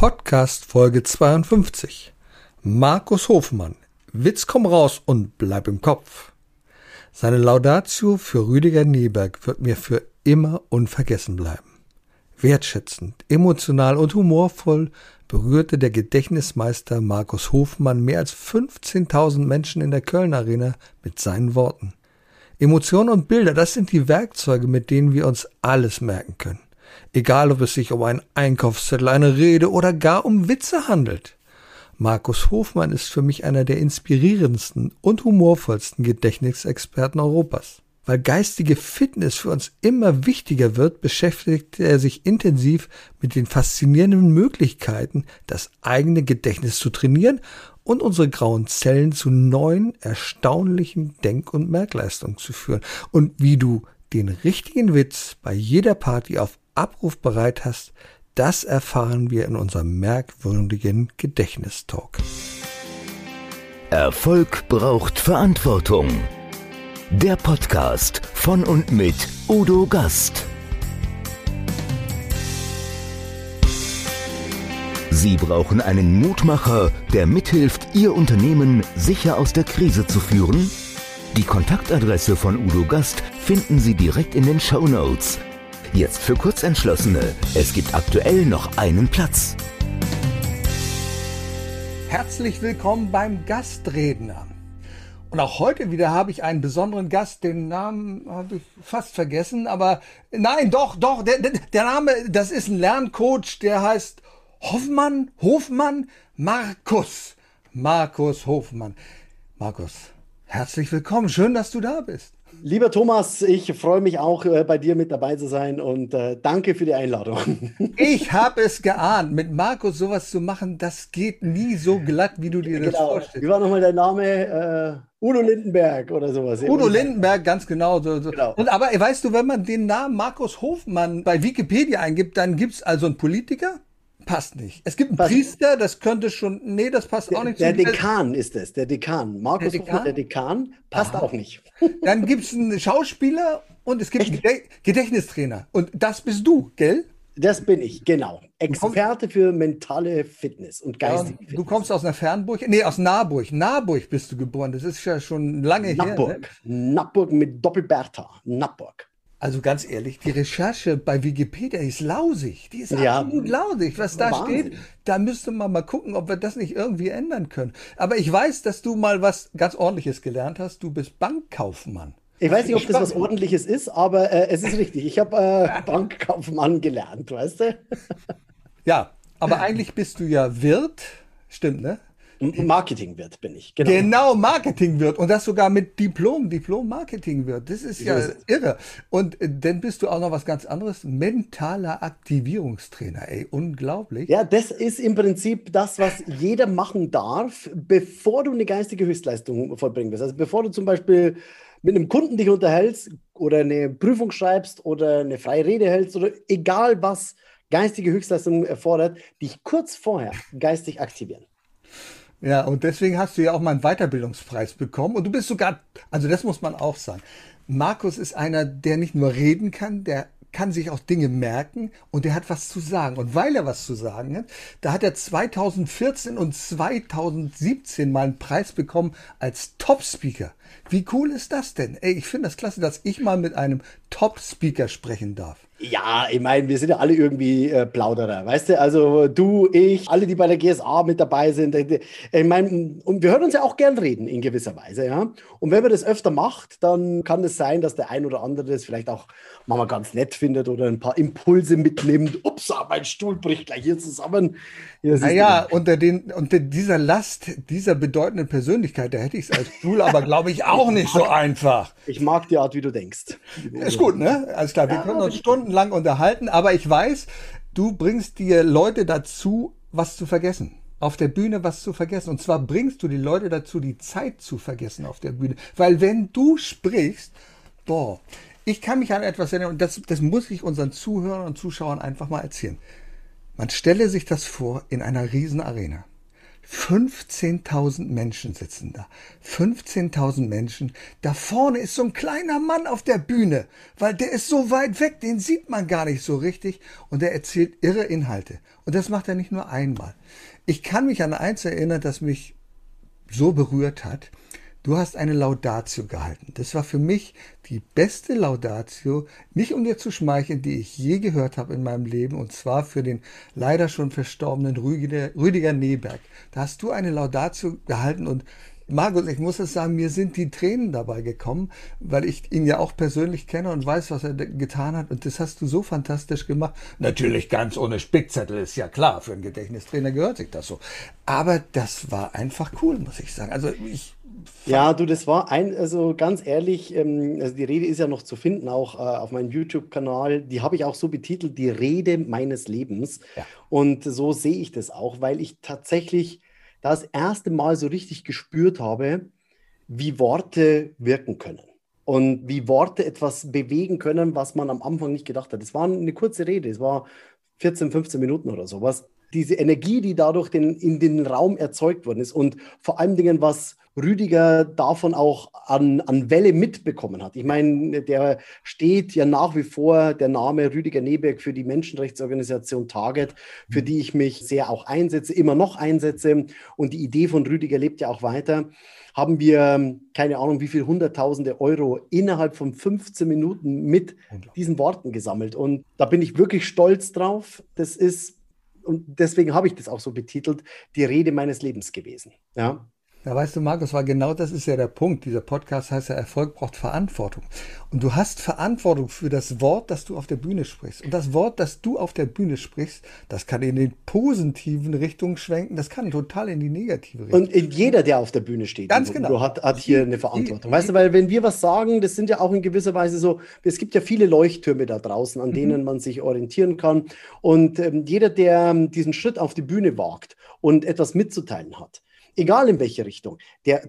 Podcast Folge 52. Markus Hofmann. Witz komm raus und bleib im Kopf. Seine Laudatio für Rüdiger Neberg wird mir für immer unvergessen bleiben. Wertschätzend, emotional und humorvoll berührte der Gedächtnismeister Markus Hofmann mehr als 15.000 Menschen in der Köln Arena mit seinen Worten. Emotionen und Bilder, das sind die Werkzeuge, mit denen wir uns alles merken können. Egal, ob es sich um einen Einkaufszettel, eine Rede oder gar um Witze handelt. Markus Hofmann ist für mich einer der inspirierendsten und humorvollsten Gedächtnisexperten Europas. Weil geistige Fitness für uns immer wichtiger wird, beschäftigt er sich intensiv mit den faszinierenden Möglichkeiten, das eigene Gedächtnis zu trainieren und unsere grauen Zellen zu neuen, erstaunlichen Denk- und Merkleistungen zu führen. Und wie du den richtigen Witz bei jeder Party auf Abruf bereit hast, das erfahren wir in unserem merkwürdigen Gedächtnistalk. Erfolg braucht Verantwortung. Der Podcast von und mit Udo Gast. Sie brauchen einen Mutmacher, der mithilft, Ihr Unternehmen sicher aus der Krise zu führen? Die Kontaktadresse von Udo Gast finden Sie direkt in den Shownotes. Jetzt für Kurzentschlossene. Es gibt aktuell noch einen Platz. Herzlich willkommen beim Gastredner. Und auch heute wieder habe ich einen besonderen Gast, den Namen habe ich fast vergessen, aber nein, doch, der Name, das ist ein Lerncoach, der heißt Hofmann, Markus Hofmann. Markus, herzlich willkommen, schön, dass du da bist. Lieber Thomas, ich freue mich auch, bei dir mit dabei zu sein und danke für die Einladung. Ich habe es geahnt, mit Markus sowas zu machen, das geht nie so glatt, wie du dir das vorstellst. Wie war nochmal dein Name? Udo Lindenberg oder sowas. Udo Lindenberg, ganz genau. So. Genau. Und aber weißt du, wenn man den Namen Markus Hofmann bei Wikipedia eingibt, dann gibt es also einen Politiker? Passt nicht. Es gibt einen Priester, das könnte schon, nee, das passt auch nicht. Der Dekan ist es, der Dekan. Markus Hofmann, der Dekan, passt auch nicht. Dann gibt es einen Schauspieler und es gibt einen Gedächtnistrainer. Und das bist du, gell? Das bin ich, genau. Experte für mentale Fitness und geistige Fitness. Du kommst aus einer Fernburg? Nee, aus Naburg. Naburg bist du geboren. Das ist ja schon lange her. Ne? Naburg mit Doppel-Bertha. Naburg. Also ganz ehrlich, die Recherche bei Wikipedia ist lausig. Die ist absolut lausig. Was da steht, da müsste man mal gucken, ob wir das nicht irgendwie ändern können. Aber ich weiß, dass du mal was ganz Ordentliches gelernt hast. Du bist Bankkaufmann. Ich weiß nicht, ob das was Ordentliches ist, aber es ist richtig. Ich habe Bankkaufmann gelernt, weißt du? Ja, aber eigentlich bist du ja Wirt. Stimmt, ne? Marketingwirt bin ich, genau. Genau, Marketingwirt und das sogar mit Diplom-Marketingwirt. Das ist ja irre. Und dann bist du auch noch was ganz anderes, mentaler Aktivierungstrainer. Ey, unglaublich. Ja, das ist im Prinzip das, was jeder machen darf, bevor du eine geistige Höchstleistung vollbringen willst. Also bevor du zum Beispiel mit einem Kunden dich unterhältst oder eine Prüfung schreibst oder eine freie Rede hältst oder egal was geistige Höchstleistung erfordert, dich kurz vorher geistig aktivieren. Ja, und deswegen hast du ja auch mal einen Weiterbildungspreis bekommen. Und du bist sogar, also das muss man auch sagen, Markus ist einer, der nicht nur reden kann, der kann sich auch Dinge merken und der hat was zu sagen. Und weil er was zu sagen hat, da hat er 2014 und 2017 mal einen Preis bekommen als Top-Speaker. Wie cool ist das denn? Ey, ich finde das klasse, dass ich mal mit einem Top-Speaker sprechen darf. Ja, ich meine, wir sind ja alle irgendwie Plauderer, weißt du? Also du, ich, alle, die bei der GSA mit dabei sind. Ich meine, und wir hören uns ja auch gern reden in gewisser Weise, ja. Und wenn man das öfter macht, dann kann es sein, dass der ein oder andere das vielleicht auch manchmal ganz nett findet oder ein paar Impulse mitnimmt. Ups, mein Stuhl bricht gleich hier zusammen. Naja, unter dieser Last, dieser bedeutenden Persönlichkeit, da hätte ich es als Stuhl, aber glaube ich auch nicht so einfach. Ich mag die Art, wie du denkst. Ist gut, ne? Alles klar, wir können uns stundenlang unterhalten, aber ich weiß, du bringst die Leute dazu, was zu vergessen. Auf der Bühne was zu vergessen. Und zwar bringst du die Leute dazu, die Zeit zu vergessen auf der Bühne. Weil wenn du sprichst, ich kann mich an etwas erinnern, und das muss ich unseren Zuhörern und Zuschauern einfach mal erzählen. Man stelle sich das vor in einer riesen Arena. 15.000 Menschen sitzen da. 15.000 Menschen. Da vorne ist so ein kleiner Mann auf der Bühne, weil der ist so weit weg, den sieht man gar nicht so richtig. Und der erzählt irre Inhalte. Und das macht er nicht nur einmal. Ich kann mich an eins erinnern, das mich so berührt hat. Du hast eine Laudatio gehalten. Das war für mich die beste Laudatio, nicht um dir zu schmeicheln, die ich je gehört habe in meinem Leben, und zwar für den leider schon verstorbenen Rüdiger Neberg. Da hast du eine Laudatio gehalten und Markus, ich muss es sagen, mir sind die Tränen dabei gekommen, weil ich ihn ja auch persönlich kenne und weiß, was er getan hat. Und das hast du so fantastisch gemacht. Natürlich ganz ohne Spickzettel, ist ja klar. Für einen Gedächtnistrainer gehört sich das so. Aber das war einfach cool, muss ich sagen. Also Ja, du, das war also ganz ehrlich, also die Rede ist ja noch zu finden, auch auf meinem YouTube-Kanal. Die habe ich auch so betitelt, die Rede meines Lebens. ja. Und so sehe ich das auch, weil ich tatsächlich das erste Mal so richtig gespürt habe, wie Worte wirken können und wie Worte etwas bewegen können, was man am Anfang nicht gedacht hat. Es war eine kurze Rede, es war 14, 15 Minuten oder sowas. Diese Energie, die dadurch in den Raum erzeugt worden ist und vor allen Dingen, was Rüdiger davon auch an Welle mitbekommen hat. Ich meine, der steht ja nach wie vor, der Name Rüdiger Neberg, für die Menschenrechtsorganisation Target, für die ich mich sehr auch einsetze, immer noch einsetze. Und die Idee von Rüdiger lebt ja auch weiter. Haben wir, keine Ahnung, wie viel Hunderttausende Euro innerhalb von 15 Minuten mit diesen Worten gesammelt. Und da bin ich wirklich stolz drauf. Das ist, und deswegen habe ich das auch so betitelt, die Rede meines Lebens gewesen. Ja. Ja, weißt du, Markus, weil genau das ist ja der Punkt. Dieser Podcast heißt ja, Erfolg braucht Verantwortung. Und du hast Verantwortung für das Wort, das du auf der Bühne sprichst. Und das Wort, das du auf der Bühne sprichst, das kann in den positiven Richtungen schwenken, das kann total in die negative Richtung. Und jeder, der auf der Bühne steht, Ganz genau, hat hier eine Verantwortung. Weißt du, weil wenn wir was sagen, das sind ja auch in gewisser Weise so, es gibt ja viele Leuchttürme da draußen, an denen man sich orientieren kann. Und jeder, der diesen Schritt auf die Bühne wagt und etwas mitzuteilen hat, egal in welche Richtung, der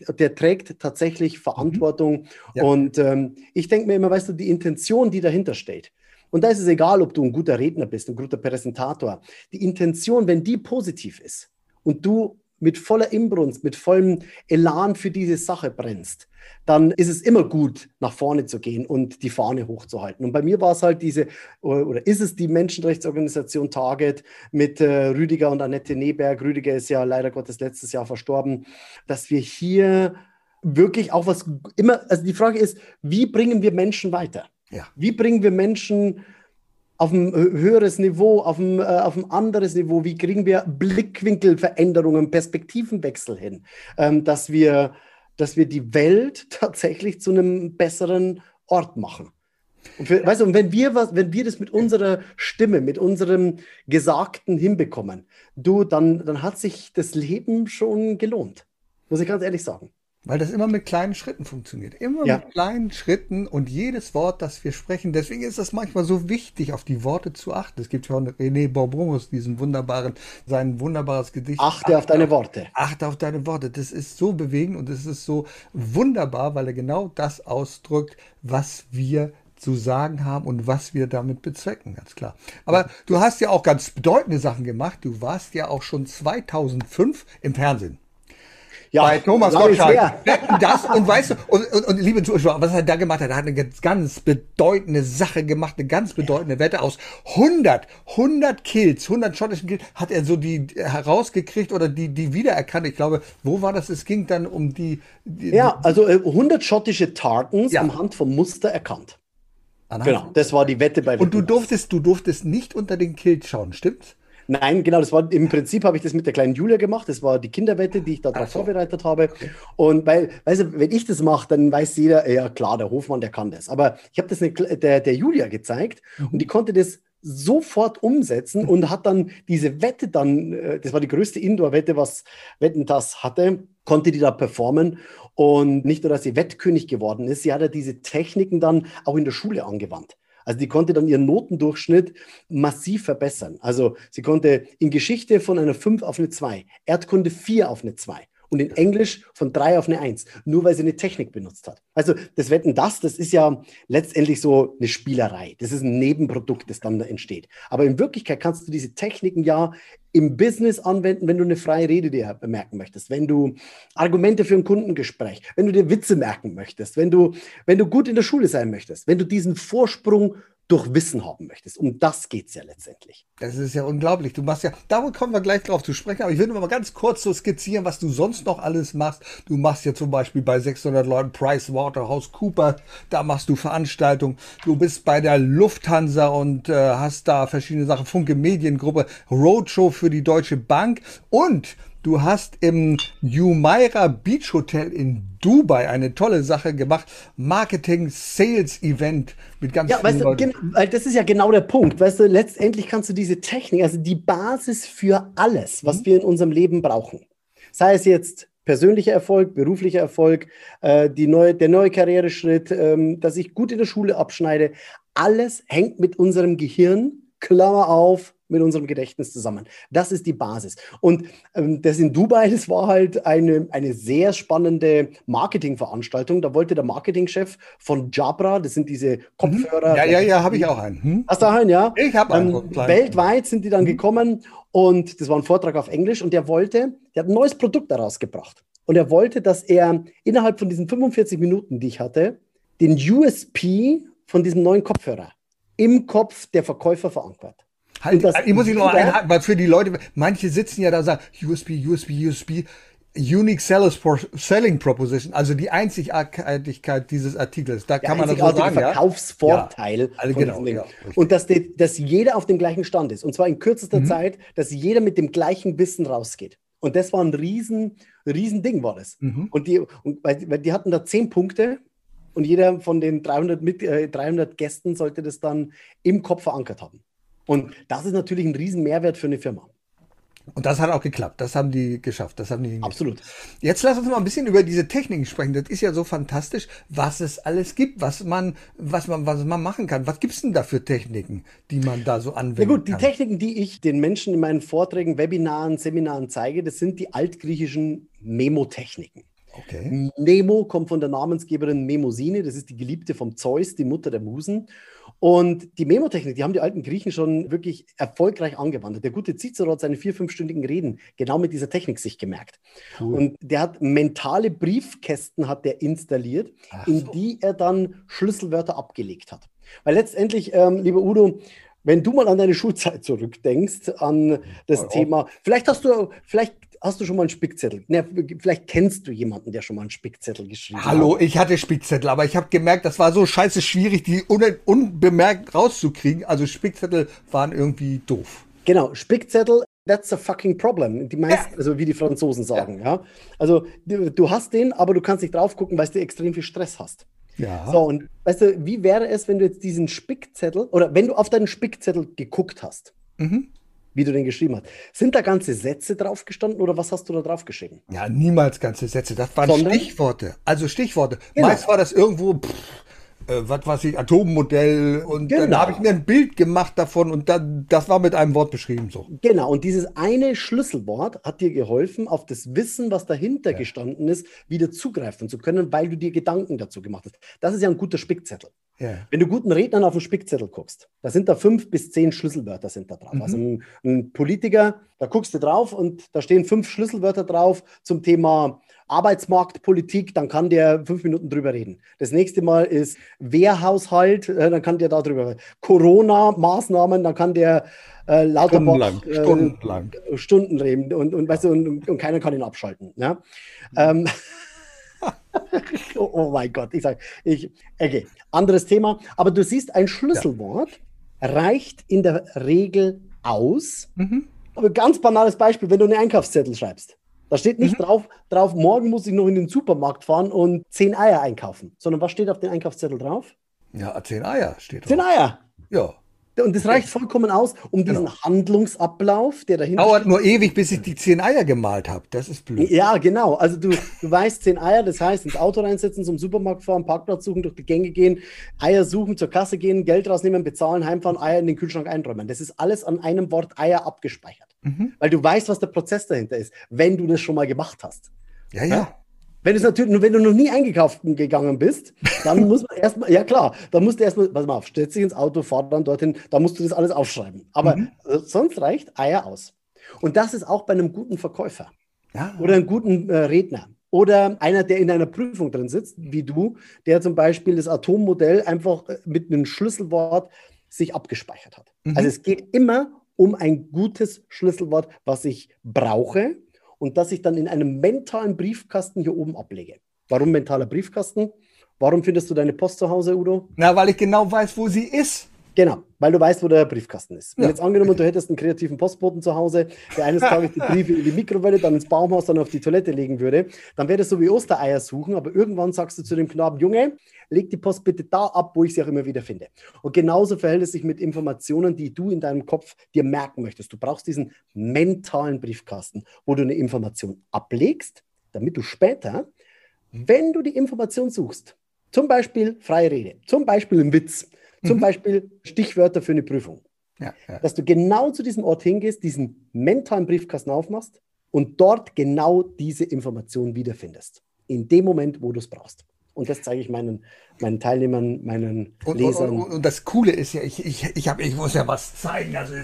trägt tatsächlich Verantwortung. Ja. Und ich denke mir immer, weißt du, die Intention, die dahinter steht, und da ist es egal, ob du ein guter Redner bist, ein guter Präsentator, die Intention, wenn die positiv ist und du mit voller Inbrunst, mit vollem Elan für diese Sache brennst, dann ist es immer gut, nach vorne zu gehen und die Fahne hochzuhalten. Und bei mir war es halt oder ist es die Menschenrechtsorganisation Target mit Rüdiger und Annette Neberg. Rüdiger ist ja leider Gottes letztes Jahr verstorben, dass wir hier wirklich auch also die Frage ist, wie bringen wir Menschen weiter? Ja. Wie bringen wir Menschen auf ein höheres Niveau, auf ein anderes Niveau? Wie kriegen wir Blickwinkelveränderungen, Perspektivenwechsel hin, dass wir die Welt tatsächlich zu einem besseren Ort machen? Und weißt du, und wenn wir das mit unserer Stimme, mit unserem Gesagten hinbekommen, dann hat sich das Leben schon gelohnt. Muss ich ganz ehrlich sagen. Weil das immer mit kleinen Schritten funktioniert. Immer Ja. mit kleinen Schritten und jedes Wort, das wir sprechen. Deswegen ist es manchmal so wichtig, auf die Worte zu achten. Es gibt ja auch René Bourbonus, sein wunderbares Gedicht. Achte auf deine Worte. Achte auf deine Worte. Das ist so bewegend und es ist so wunderbar, weil er genau das ausdrückt, was wir zu sagen haben und was wir damit bezwecken, ganz klar. Aber du hast ja auch ganz bedeutende Sachen gemacht. Du warst ja auch schon 2005 im Fernsehen. Ja, Bei Thomas lange ist Gottschalk. her. Wetten, das und weißt du, und liebe Zuschauer, was er da gemacht hat, er hat eine ganz bedeutende Sache gemacht, eine ganz bedeutende Wette aus 100 Kills, 100 schottischen Kills, hat er so die herausgekriegt oder die wiedererkannt. Ich glaube, wo war das? Es ging dann um Ja, also 100 schottische Tartans Ja. anhand vom Muster erkannt. Anhand- Genau, das war die Wette bei Und du Wetten, Das. durftest nicht unter den Kills schauen, stimmt's? Nein, genau, das war im Prinzip habe ich das mit der kleinen Julia gemacht. Das war die Kinderwette, die ich darauf Ach so. vorbereitet habe. Und weißt du, wenn ich das mache, dann weiß jeder, ja klar, der Hofmann, der kann das. Aber ich habe das der Julia gezeigt und die konnte das sofort umsetzen und hat dann diese Wette das war die größte Indoor-Wette, was Wetten, das hatte, konnte die da performen. Und nicht nur, dass sie Wettkönig geworden ist, sie hat ja diese Techniken dann auch in der Schule angewandt. Also die konnte dann ihren Notendurchschnitt massiv verbessern. Also sie konnte in Geschichte von einer 5 auf eine 2, Erdkunde 4 auf eine 2 Und in Englisch von 3 auf eine 1, nur weil sie eine Technik benutzt hat. Also das Wetten, das ist ja letztendlich so eine Spielerei. Das ist ein Nebenprodukt, das dann da entsteht. Aber in Wirklichkeit kannst du diese Techniken ja im Business anwenden, wenn du eine freie Rede dir merken möchtest, wenn du Argumente für ein Kundengespräch, wenn du dir Witze merken möchtest, wenn du gut in der Schule sein möchtest, wenn du diesen Vorsprung durch Wissen haben möchtest. Um das geht es ja letztendlich. Das ist ja unglaublich. Du machst ja, darüber kommen wir gleich drauf zu sprechen, aber ich will nur mal ganz kurz so skizzieren, was du sonst noch alles machst. Du machst ja zum Beispiel bei 600 Leuten PricewaterhouseCoopers, da machst du Veranstaltungen. Du bist bei der Lufthansa und hast da verschiedene Sachen, Funke Mediengruppe, Roadshow für die Deutsche Bank und du hast im Jumeirah Beach Hotel in Dubai eine tolle Sache gemacht. Marketing-Sales-Event mit ganz vielen Leuten. Weil das ist ja genau der Punkt. Weißt du, letztendlich kannst du diese Technik, also die Basis für alles, was wir in unserem Leben brauchen, sei es jetzt persönlicher Erfolg, beruflicher Erfolg, der neue Karriereschritt, dass ich gut in der Schule abschneide, alles hängt mit unserem Gehirn, Klammer auf, mit unserem Gedächtnis zusammen. Das ist die Basis. Und das in Dubai, das war halt eine sehr spannende Marketingveranstaltung. Da wollte der Marketingchef von Jabra, das sind diese Kopfhörer. Ja, habe ich auch einen. Hast du einen, ja? Ich habe einen. Weltweit sind die dann gekommen und das war ein Vortrag auf Englisch und der hat ein neues Produkt daraus gebracht. Und er wollte, dass er innerhalb von diesen 45 Minuten, die ich hatte, den USP von diesem neuen Kopfhörer im Kopf der Verkäufer verankert. Ich muss ihn noch einhaken, weil für die Leute, manche sitzen ja da und sagen, USP, Unique Selling Proposition, also die Einzigartigkeit dieses Artikels. Da kann man das so sagen. Verkaufsvorteil. Ja, genau, ja, und dass jeder auf dem gleichen Stand ist. Und zwar in kürzester Zeit, dass jeder mit dem gleichen Wissen rausgeht. Und das war ein riesen Ding, war das. Weil die hatten da 10 Punkte. Und jeder von den 300 Gästen sollte das dann im Kopf verankert haben. Und das ist natürlich ein riesen Mehrwert für eine Firma. Und das hat auch geklappt. Das haben die geschafft. Das haben die hingekriegt. Absolut. Jetzt lass uns mal ein bisschen über diese Techniken sprechen. Das ist ja so fantastisch, was es alles gibt, was man machen kann. Was gibt es denn da für Techniken, die man da so anwenden kann? Die Techniken, die ich den Menschen in meinen Vorträgen, Webinaren, Seminaren zeige, das sind die altgriechischen Memotechniken. Okay. Nemo kommt von der Namensgeberin Mnemosyne, das ist die Geliebte vom Zeus, die Mutter der Musen. Und die Memotechnik, die haben die alten Griechen schon wirklich erfolgreich angewandt. Der gute Cicero hat seine 4-5-stündigen Reden genau mit dieser Technik sich gemerkt. Cool. Und der hat mentale Briefkästen installiert, in die er dann Schlüsselwörter abgelegt hat. Weil letztendlich, lieber Udo, wenn du mal an deine Schulzeit zurückdenkst, an das Thema, vielleicht hast du schon mal einen Spickzettel. Ne, vielleicht kennst du jemanden, der schon mal einen Spickzettel geschrieben hat. Hallo, ich hatte Spickzettel, aber ich habe gemerkt, das war so scheiße schwierig, die unbemerkt rauszukriegen. Also Spickzettel waren irgendwie doof. Genau, Spickzettel, that's a fucking problem. Die meisten, also wie die Franzosen sagen. Ja. Also du hast den, aber du kannst nicht drauf gucken, weil du extrem viel Stress hast. Ja. So, und weißt du, wie wäre es, wenn du jetzt diesen Spickzettel, oder wenn du auf deinen Spickzettel geguckt hast, wie du den geschrieben hast. Sind da ganze Sätze drauf gestanden oder was hast du da drauf geschrieben? Ja, niemals ganze Sätze. Das waren Stichworte. Also Stichworte. Genau. Meist war das irgendwo, was weiß ich, Atommodell und dann habe ich mir ein Bild gemacht davon und das war mit einem Wort beschrieben so. Genau, und dieses eine Schlüsselwort hat dir geholfen, auf das Wissen, was dahinter gestanden ist, wieder zugreifen zu können, weil du dir Gedanken dazu gemacht hast. Das ist ja ein guter Spickzettel. Ja. Wenn du guten Rednern auf den Spickzettel guckst, da sind da 5 bis 10 Schlüsselwörter sind da drauf. Also ein Politiker, da guckst du drauf und da stehen 5 Schlüsselwörter drauf zum Thema Arbeitsmarktpolitik, dann kann der 5 Minuten drüber reden. Das nächste Mal ist Wehrhaushalt, dann kann der darüber reden. Corona-Maßnahmen, dann kann der Stunden reden und weißt du, und keiner kann ihn abschalten. Ja? Oh mein Gott, okay, anderes Thema. Aber du siehst, ein Schlüsselwort reicht in der Regel aus. Aber ganz banales Beispiel, wenn du einen Einkaufszettel schreibst. Da steht nicht drauf, morgen muss ich noch in den Supermarkt fahren und 10 Eier einkaufen. Sondern was steht auf dem Einkaufszettel drauf? Ja, 10 Eier steht drauf. 10 Eier. Ja. Und das reicht vollkommen aus, um diesen Handlungsablauf, der dahinter dauert nur ewig, bis ich die 10 Eier gemalt habe. Das ist blöd. Ja, genau. Also du weißt 10 Eier, das heißt ins Auto reinsetzen, zum Supermarkt fahren, Parkplatz suchen, durch die Gänge gehen, Eier suchen, zur Kasse gehen, Geld rausnehmen, bezahlen, heimfahren, Eier in den Kühlschrank einräumen. Das ist alles an einem Wort Eier abgespeichert. Weil du weißt, was der Prozess dahinter ist, wenn du das schon mal gemacht hast. Ja, ja. Wenn du noch nie eingekauft gegangen bist, dann muss man erstmal, ja klar, dann musst du erstmal, pass mal auf, stell dich ins Auto, fahr dann dorthin, da musst du das alles aufschreiben. Aber sonst reicht Eier aus. Und das ist auch bei einem guten Verkäufer oder einem guten Redner oder einer, der in einer Prüfung drin sitzt, wie du, der zum Beispiel das Atommodell einfach mit einem Schlüsselwort sich abgespeichert hat. Also es geht immer um ein gutes Schlüsselwort, was ich brauche, und das ich dann in einem mentalen Briefkasten hier oben ablege. Warum mentaler Briefkasten? Warum findest du deine Post zu Hause, Udo? Na, weil ich genau weiß, wo sie ist. Genau, weil du weißt, wo der Briefkasten ist. Wenn Ja. jetzt angenommen, du hättest einen kreativen Postboten zu Hause, der eines Tages die Briefe in die Mikrowelle, dann ins Baumhaus, dann auf die Toilette legen würde, dann wäre das so wie Ostereier suchen, aber irgendwann sagst du zu dem Knaben, Junge, leg die Post bitte da ab, wo ich sie auch immer wieder finde. Und genauso verhält es sich mit Informationen, die du in deinem Kopf dir merken möchtest. Du brauchst diesen mentalen Briefkasten, wo du eine Information ablegst, damit du später, wenn du die Information suchst, zum Beispiel freie Rede, zum Beispiel ein Witz, zum Beispiel Stichwörter für eine Prüfung, dass du genau zu diesem Ort hingehst, diesen mentalen Briefkasten aufmachst und dort genau diese Information wiederfindest. In dem Moment, wo du es brauchst. Und das zeige ich meinen Teilnehmern, meinen Lesern. Und das Coole ist ja, ich muss ja was zeigen. Also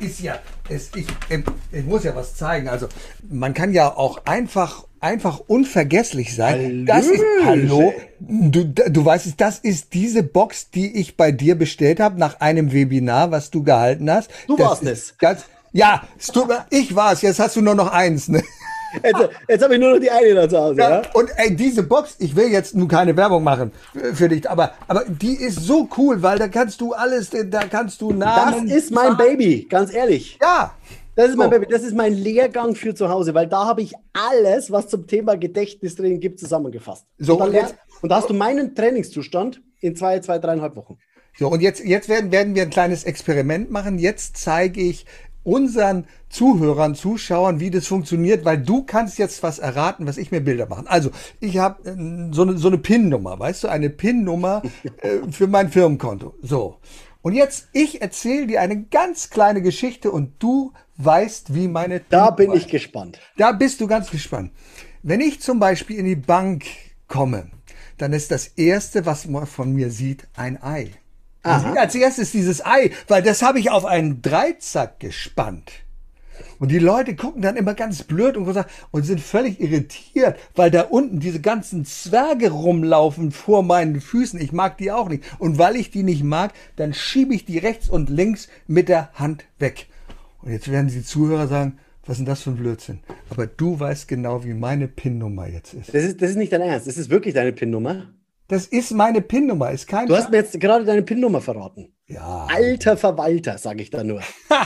ich muss ja was zeigen. Also man kann ja auch einfach unvergesslich sein. Das ist, hallo, du weißt es, das ist diese Box, die ich bei dir bestellt habe nach einem Webinar, was du gehalten hast. Du warst es. Ja, ich war es. Jetzt hast du nur noch eins. Ne? Jetzt habe ich nur noch die eine da zu Hause. Ja? Und diese Box, ich will jetzt nun keine Werbung machen für dich, aber die ist so cool, weil da kannst du alles, da kannst du Namen. Das ist mein Baby, ganz ehrlich. Ja. Das ist mein Baby, das ist mein Lehrgang für zu Hause, weil da habe ich alles, was zum Thema Gedächtnistraining gibt, zusammengefasst. So, und da hast du meinen Trainingszustand in 3,5 Wochen. So, und jetzt werden wir ein kleines Experiment machen. Jetzt zeige ich unseren Zuhörern, Zuschauern, wie das funktioniert, weil du kannst jetzt was erraten, was ich mir Bilder machen. Also, ich habe so eine PIN-Nummer, weißt du, eine PIN-Nummer für mein Firmenkonto. So. Und jetzt, ich erzähle dir eine ganz kleine Geschichte und du weißt, wie meine PIN-Nummer Da bin ich gespannt. Da bist du ganz gespannt. Wenn ich zum Beispiel in die Bank komme, dann ist das Erste, was man von mir sieht, ein Ei. Man sieht als erstes dieses Ei, weil das habe ich auf einen Dreizack gespannt. Und die Leute gucken dann immer ganz blöd und sind völlig irritiert, weil da unten diese ganzen Zwerge rumlaufen vor meinen Füßen. Ich mag die auch nicht. Und weil ich die nicht mag, dann schiebe ich die rechts und links mit der Hand weg. Und jetzt werden die Zuhörer sagen, was ist denn das für ein Blödsinn? Aber du weißt genau, wie meine PIN-Nummer jetzt ist. Das ist nicht dein Ernst. Das ist wirklich deine PIN-Nummer. Das ist meine PIN-Nummer, ist kein Du hast mir jetzt gerade deine PIN-Nummer verraten. Ja. Alter Verwalter, sage ich da nur.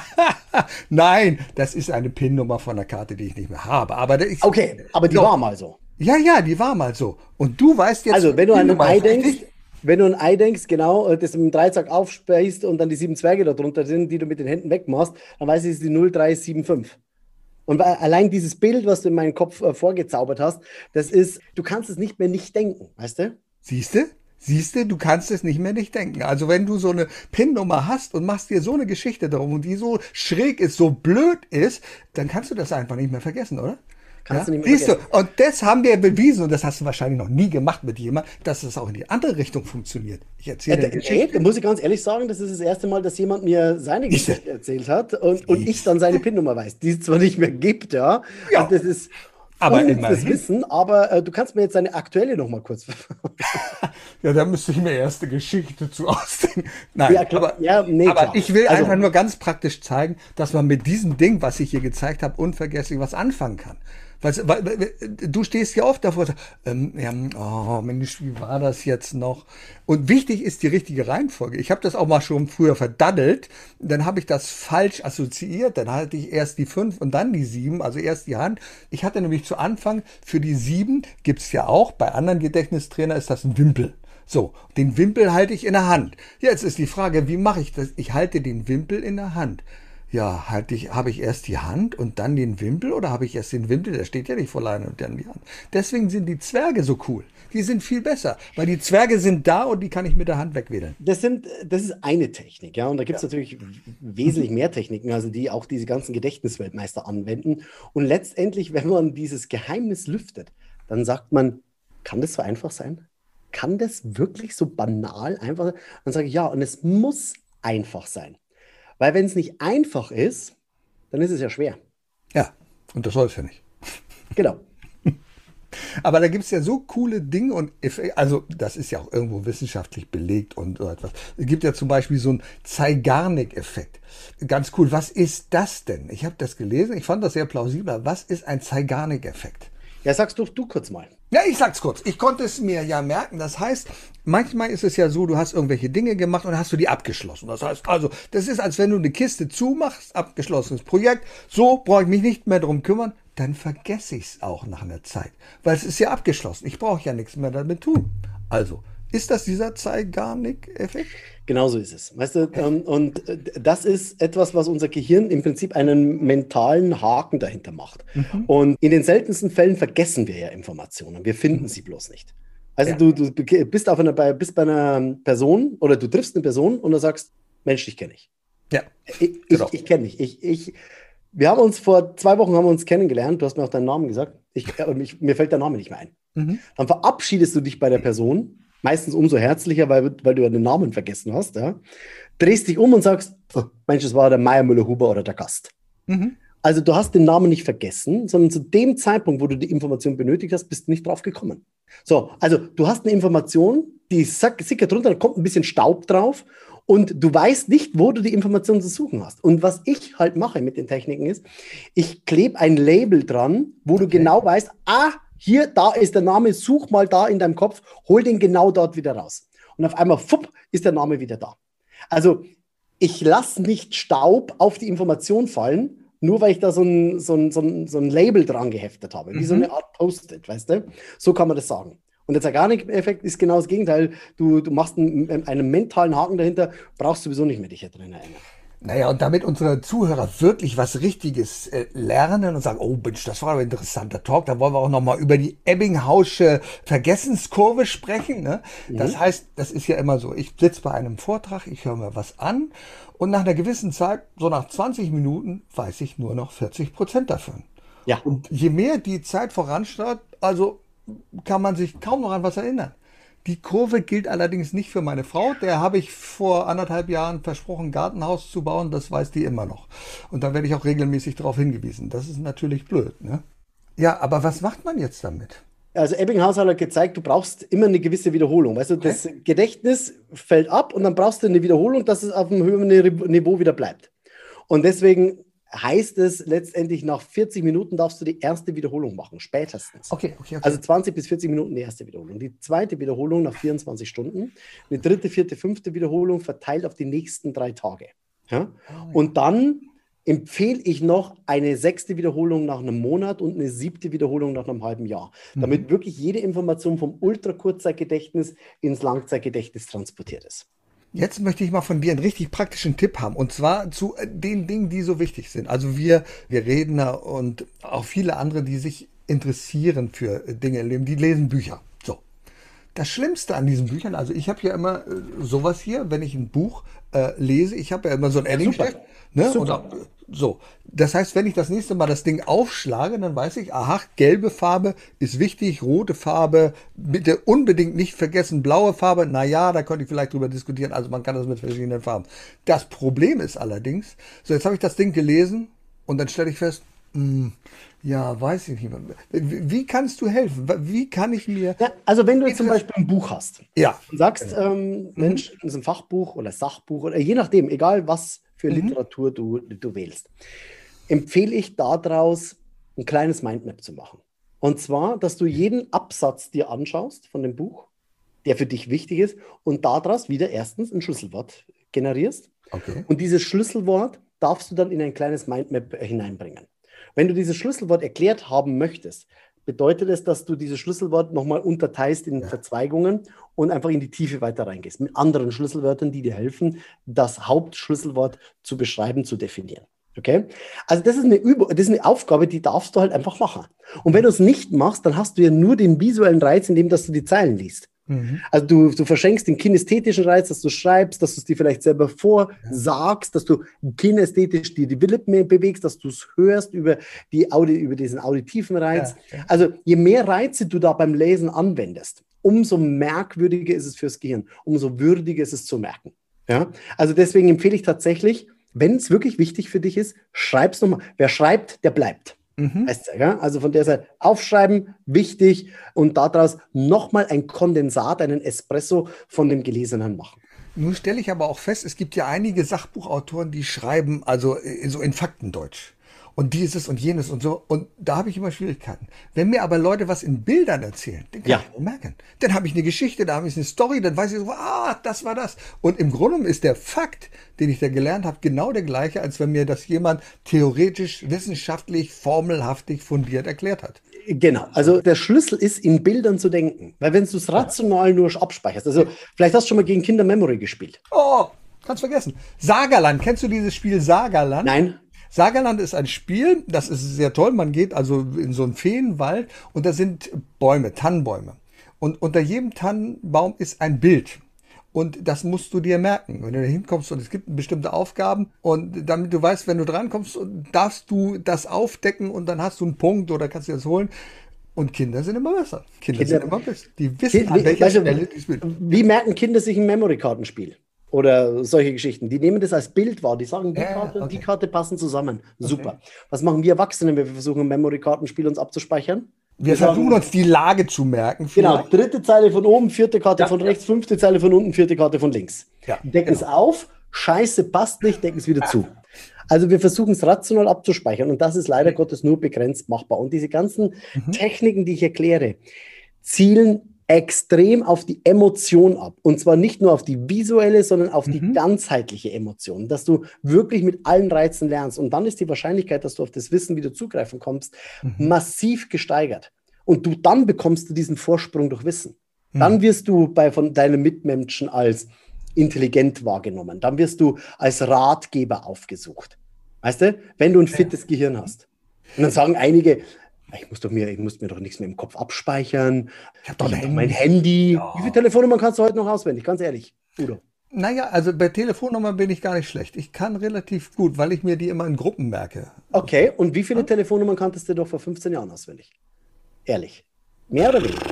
Nein, das ist eine PIN-Nummer von einer Karte, die ich nicht mehr habe. Aber Okay, aber die war mal so. Ja, die war mal so. Und du weißt jetzt... Also, wenn du an ein Ei denkst, genau, das mit dem Dreizack aufspeist und dann die 7 Zwerge da drunter sind, die du mit den Händen wegmachst, dann weiß ich, es ist die 0375. Und allein dieses Bild, was du in meinen Kopf vorgezaubert hast, das ist, du kannst es nicht mehr nicht denken, weißt du? Siehst du, du kannst es nicht mehr nicht denken. Also wenn du so eine PIN-Nummer hast und machst dir so eine Geschichte darum und die so schräg ist, so blöd ist, dann kannst du das einfach nicht mehr vergessen, oder? Kannst du nicht mehr vergessen. Siehst du, und das haben wir bewiesen, und das hast du wahrscheinlich noch nie gemacht mit jemandem, dass es auch in die andere Richtung funktioniert. Ich erzähle dir eine Geschichte. Da muss ich ganz ehrlich sagen, das ist das erste Mal, dass jemand mir seine Geschichte erzählt hat und ich dann seine PIN-Nummer weiß, die es zwar nicht mehr gibt, ja. Und das ist aber das Wissen, aber du kannst mir jetzt deine aktuelle noch mal kurz Ja, da müsste ich mir erst eine Geschichte zu ausdenken. Nein, ja, klar. Aber ich will einfach nur ganz praktisch zeigen, dass man mit diesem Ding, was ich hier gezeigt habe, unvergesslich was anfangen kann. Weil du stehst ja oft davor und sagst, oh Mensch, wie war das jetzt noch? Und wichtig ist die richtige Reihenfolge. Ich habe das auch mal schon früher verdaddelt. Dann habe ich das falsch assoziiert. Dann hatte ich erst die 5 und dann die 7, also erst die Hand. Ich hatte nämlich zu Anfang für die 7, gibt's ja auch, bei anderen Gedächtnistrainer ist das ein Wimpel. So, den Wimpel halte ich in der Hand. Jetzt ist die Frage, wie mache ich das? Ich halte den Wimpel in der Hand. Ja, habe ich erst die Hand und dann den Wimpel oder habe ich erst den Wimpel, der steht ja nicht vor Leine und dann die Hand. Deswegen sind die Zwerge so cool. Die sind viel besser, weil die Zwerge sind da und die kann ich mit der Hand wegwedeln. Das ist eine Technik, ja. Und da gibt es Ja. natürlich wesentlich mehr Techniken, also die auch diese ganzen Gedächtnisweltmeister anwenden. Und letztendlich, wenn man dieses Geheimnis lüftet, dann sagt man, kann das so einfach sein? Kann das wirklich so banal einfach sein? Dann sage ich ja, und es muss einfach sein. Weil wenn es nicht einfach ist, dann ist es ja schwer. Ja, und das soll es ja nicht. Genau. Aber da gibt es ja so coole Dinge und Effekte, also das ist ja auch irgendwo wissenschaftlich belegt und so etwas. Es gibt ja zum Beispiel so einen Zeigarnik-Effekt. Ganz cool. Was ist das denn? Ich habe das gelesen, ich fand das sehr plausibel. Was ist ein Zeigarnik-Effekt? Ja, sagst du kurz mal. Ja, ich sag's kurz. Ich konnte es mir ja merken. Das heißt, manchmal ist es ja so, du hast irgendwelche Dinge gemacht und dann hast du die abgeschlossen. Das heißt also, das ist, als wenn du eine Kiste zumachst, abgeschlossenes Projekt. So brauche ich mich nicht mehr drum kümmern. Dann vergesse ich es auch nach einer Zeit. Weil es ist ja abgeschlossen. Ich brauche ja nichts mehr damit tun. Also, ist das dieser Zeigarnik-Effekt? Genauso ist es. Weißt du, das ist etwas, was unser Gehirn im Prinzip einen mentalen Haken dahinter macht. Und in den seltensten Fällen vergessen wir ja Informationen. Wir finden sie bloß nicht. Also Ja. du bist bist bei einer Person oder du triffst eine Person und du sagst, Mensch, dich kenne ich. Ja, Ich, genau. ich kenne dich. Wir haben uns vor 2 Wochen haben wir uns kennengelernt. Du hast mir auch deinen Namen gesagt. Mir fällt der Name nicht mehr ein. Mhm. Dann verabschiedest du dich bei der Person, meistens umso herzlicher, weil du ja den Namen vergessen hast. Ja? Drehst dich um und sagst, oh, Mensch, das war der Meier Müller-Huber oder der Gast. Mhm. Also du hast den Namen nicht vergessen, sondern zu dem Zeitpunkt, wo du die Information benötigt hast, bist du nicht drauf gekommen. So, also du hast eine Information, die sickert runter, da kommt ein bisschen Staub drauf und du weißt nicht, wo du die Information zu suchen hast. Und was ich halt mache mit den Techniken ist, ich klebe ein Label dran, wo du genau weißt, hier, da ist der Name, such mal da in deinem Kopf, hol den genau dort wieder raus. Und auf einmal, fupp, ist der Name wieder da. Also ich lasse nicht Staub auf die Information fallen, nur weil ich da so ein Label dran geheftet habe, wie so eine Art Post-it, weißt du? So kann man das sagen. Und der Zeigarnik-Effekt ist genau das Gegenteil. Du machst einen mentalen Haken dahinter, brauchst sowieso nicht mehr dich hier drin erinnern. Naja, und damit unsere Zuhörer wirklich was Richtiges lernen und sagen, oh Mensch, das war aber ein interessanter Talk, da wollen wir auch nochmal über die Ebbinghausche Vergessenskurve sprechen. Ne? Das heißt, das ist ja immer so, ich sitze bei einem Vortrag, ich höre mir was an und nach einer gewissen Zeit, so nach 20 Minuten, weiß ich nur noch 40% davon. Ja. Und je mehr die Zeit voranschreitet, also kann man sich kaum noch an was erinnern. Die Kurve gilt allerdings nicht für meine Frau. Der habe ich vor 1,5 Jahren versprochen, ein Gartenhaus zu bauen. Das weiß die immer noch. Und da werde ich auch regelmäßig darauf hingewiesen. Das ist natürlich blöd. Ne? Ja, aber was macht man jetzt damit? Also Ebbinghaus hat halt gezeigt, du brauchst immer eine gewisse Wiederholung. Weißt du, das Gedächtnis fällt ab und dann brauchst du eine Wiederholung, dass es auf einem höheren Niveau wieder bleibt. Und deswegen heißt es letztendlich, nach 40 Minuten darfst du die erste Wiederholung machen, spätestens. Okay. Also 20 bis 40 Minuten die erste Wiederholung. Die zweite Wiederholung nach 24 Stunden. Eine dritte, vierte, fünfte Wiederholung verteilt auf die nächsten 3 Tage. Ja? Und dann empfehle ich noch eine 6. Wiederholung nach einem Monat und eine 7. Wiederholung nach einem halben Jahr, damit wirklich jede Information vom Ultrakurzzeitgedächtnis ins Langzeitgedächtnis transportiert ist. Jetzt möchte ich mal von dir einen richtig praktischen Tipp haben. Und zwar zu den Dingen, die so wichtig sind. Also wir Redner und auch viele andere, die sich interessieren für Dinge im Leben, die lesen Bücher. So. Das Schlimmste an diesen Büchern, also ich habe ja immer sowas hier, wenn ich ein Buch lese, ich habe ja immer so ein Eddingstift. Ne? Super. So, das heißt, wenn ich das nächste Mal das Ding aufschlage, dann weiß ich, aha, gelbe Farbe ist wichtig, rote Farbe, bitte unbedingt nicht vergessen, blaue Farbe, naja, da könnte ich vielleicht drüber diskutieren, also man kann das mit verschiedenen Farben. Das Problem ist allerdings, so jetzt habe ich das Ding gelesen und dann stelle ich fest, ja, weiß ich nicht mehr. Wie kannst du helfen? Wie kann ich mir... Ja, also wenn du jetzt zum Beispiel ein Buch hast Ja. und sagst, Mensch, das ist ein Fachbuch oder Sachbuch oder je nachdem, egal was für Literatur du wählst, empfehle ich daraus ein kleines Mindmap zu machen. Und zwar, dass du jeden Absatz dir anschaust von dem Buch, der für dich wichtig ist und daraus wieder erstens ein Schlüsselwort generierst. Okay. Und dieses Schlüsselwort darfst du dann in ein kleines Mindmap hineinbringen. Wenn du dieses Schlüsselwort erklärt haben möchtest, bedeutet es, dass du dieses Schlüsselwort nochmal unterteilst in Verzweigungen und einfach in die Tiefe weiter reingehst. Mit anderen Schlüsselwörtern, die dir helfen, das Hauptschlüsselwort zu beschreiben, zu definieren. Okay? Also das ist eine Übung, das ist eine Aufgabe, die darfst du halt einfach machen. Und wenn du es nicht machst, dann hast du ja nur den visuellen Reiz, indem dass du die Zeilen liest. Also du verschenkst den kinästhetischen Reiz, dass du schreibst, dass du es dir vielleicht selber vorsagst, dass du kinästhetisch die Lippen bewegst, dass du es hörst über diesen auditiven Reiz. Also je mehr Reize du da beim Lesen anwendest, umso merkwürdiger ist es fürs Gehirn, umso würdiger ist es zu merken. Ja? Also deswegen empfehle ich tatsächlich, wenn es wirklich wichtig für dich ist, schreib's nochmal. Wer schreibt, der bleibt. Heißt ja? Also von der Seite aufschreiben, wichtig, und daraus nochmal ein Kondensat, einen Espresso von dem Gelesenen machen. Nun stelle ich aber auch fest, es gibt ja einige Sachbuchautoren, die schreiben also so in Faktendeutsch. Und dieses und jenes und so. Und da habe ich immer Schwierigkeiten. Wenn mir aber Leute was in Bildern erzählen, dann kann ich merken. Dann habe ich eine Geschichte, da habe ich eine Story, dann weiß ich so, das war das. Und im Grunde ist der Fakt, den ich da gelernt habe, genau der gleiche, als wenn mir das jemand theoretisch, wissenschaftlich, formelhaftig, fundiert erklärt hat. Genau, also der Schlüssel ist, in Bildern zu denken. Weil wenn du es rational nur abspeicherst, also vielleicht hast du schon mal gegen Kinder Memory gespielt. Oh, kannst vergessen. Sagerland, kennst du dieses Spiel Sagerland? Nein. Sagerland ist ein Spiel, das ist sehr toll. Man geht also in so einen Feenwald und da sind Bäume, Tannenbäume. Und unter jedem Tannenbaum ist ein Bild. Und das musst du dir merken, wenn du da hinkommst, und es gibt bestimmte Aufgaben, und damit du weißt, wenn du drankommst, darfst du das aufdecken und dann hast du einen Punkt oder kannst dir das holen. Und Kinder sind immer besser. Kinder sind immer besser. Die wissen, an welcher Stelle die spielen. Wie merken Kinder sich ein Memory-Kartenspiel? Oder solche Geschichten. Die nehmen das als Bild wahr. Die sagen, die Karte und die Karte passen zusammen. Super. Was machen wir Erwachsene, wenn wir versuchen, ein Memory-Kartenspiel uns abzuspeichern? Wir versuchen uns die Lage zu merken. Genau, dritte Zeile von oben, vierte Karte von rechts, fünfte Zeile von unten, vierte Karte von links. Decken es auf, Scheiße, passt nicht, decken es wieder zu. Also wir versuchen es rational abzuspeichern, und das ist leider Gottes nur begrenzt machbar. Und diese ganzen Techniken, die ich erkläre, zielen extrem auf die Emotion ab. Und zwar nicht nur auf die visuelle, sondern auf die ganzheitliche Emotion, dass du wirklich mit allen Reizen lernst. Und dann ist die Wahrscheinlichkeit, dass du auf das Wissen wieder zugreifen kommst, massiv gesteigert. Und dann bekommst du diesen Vorsprung durch Wissen. Dann wirst du von deinen Mitmenschen als intelligent wahrgenommen. Dann wirst du als Ratgeber aufgesucht. Weißt du? Wenn du ein fittes Gehirn hast. Und dann sagen einige, ich muss mir doch nichts mehr im Kopf abspeichern. Ich habe doch mein Handy. Ja. Wie viele Telefonnummern kannst du heute noch auswendig? Ganz ehrlich, Udo. Naja, also bei Telefonnummern bin ich gar nicht schlecht. Ich kann relativ gut, weil ich mir die immer in Gruppen merke. Okay, und wie viele Telefonnummern kanntest du doch vor 15 Jahren auswendig? Ehrlich. Mehr oder weniger?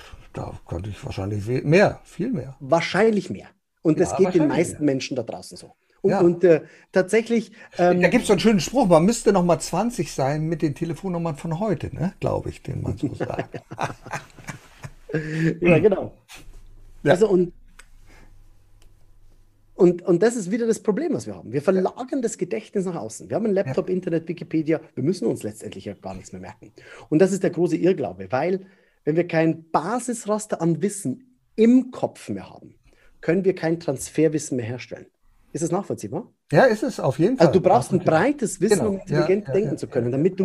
Da konnte ich wahrscheinlich mehr, viel mehr. Wahrscheinlich mehr. Und das geht den meisten Menschen da draußen so. Und tatsächlich... da gibt es so einen schönen Spruch, man müsste noch mal 20 sein mit den Telefonnummern von heute, ne? Glaube ich, den man so sagt. Ja, genau. Ja. Also und das ist wieder das Problem, was wir haben. Wir verlagern das Gedächtnis nach außen. Wir haben einen Laptop, Internet, Wikipedia. Wir müssen uns letztendlich ja gar nichts mehr merken. Und das ist der große Irrglaube, weil wenn wir kein Basisraster an Wissen im Kopf mehr haben, können wir kein Transferwissen mehr herstellen. Ist es nachvollziehbar? Ja, ist es auf jeden Fall. Also du brauchst ein breites Wissen, um intelligent denken zu können, damit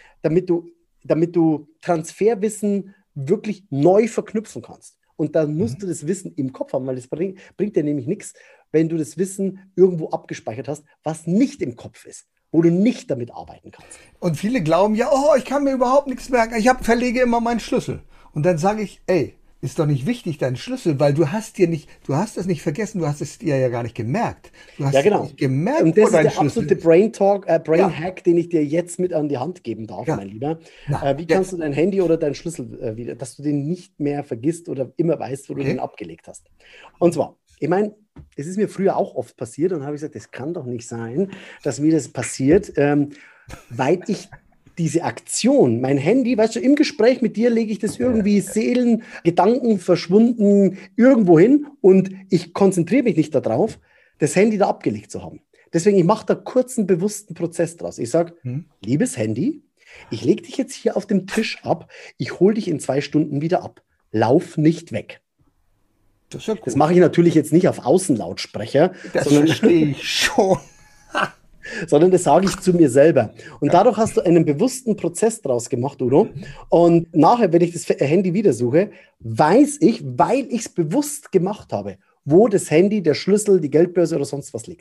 du Transferwissen wirklich neu verknüpfen kannst. Und dann musst du das Wissen im Kopf haben, weil das bringt dir nämlich nichts, wenn du das Wissen irgendwo abgespeichert hast, was nicht im Kopf ist, wo du nicht damit arbeiten kannst. Und viele glauben, ich kann mir überhaupt nichts merken, verlege immer meinen Schlüssel. Und dann sage ich, ist doch nicht wichtig, dein Schlüssel, weil du hast es nicht vergessen, du hast es dir ja gar nicht gemerkt. Du hast genau. Nicht gemerkt, und das ist der absolute Brain-Hack, den ich dir jetzt mit an die Hand geben darf, mein Lieber. Wie kannst du dein Handy oder deinen Schlüssel wieder, dass du den nicht mehr vergisst oder immer weißt, wo du den abgelegt hast? Und zwar, ich meine, es ist mir früher auch oft passiert, und habe ich gesagt, das kann doch nicht sein, dass mir das passiert, weil ich diese Aktion, mein Handy, weißt du, im Gespräch mit dir lege ich das irgendwie Gedanken verschwunden irgendwo hin, und ich konzentriere mich nicht darauf, das Handy da abgelegt zu haben. Deswegen, ich mache da kurz einen bewussten Prozess draus. Ich sage, liebes Handy, ich lege dich jetzt hier auf dem Tisch ab, ich hole dich in 2 Stunden wieder ab. Lauf nicht weg. Das ist ja cool. Das mache ich natürlich jetzt nicht auf Außenlautsprecher. Das verstehe ich schon. Sondern das sage ich zu mir selber. Und dadurch hast du einen bewussten Prozess draus gemacht, Udo. Und nachher, wenn ich das Handy wieder suche, weiß ich, weil ich es bewusst gemacht habe, wo das Handy, der Schlüssel, die Geldbörse oder sonst was liegt.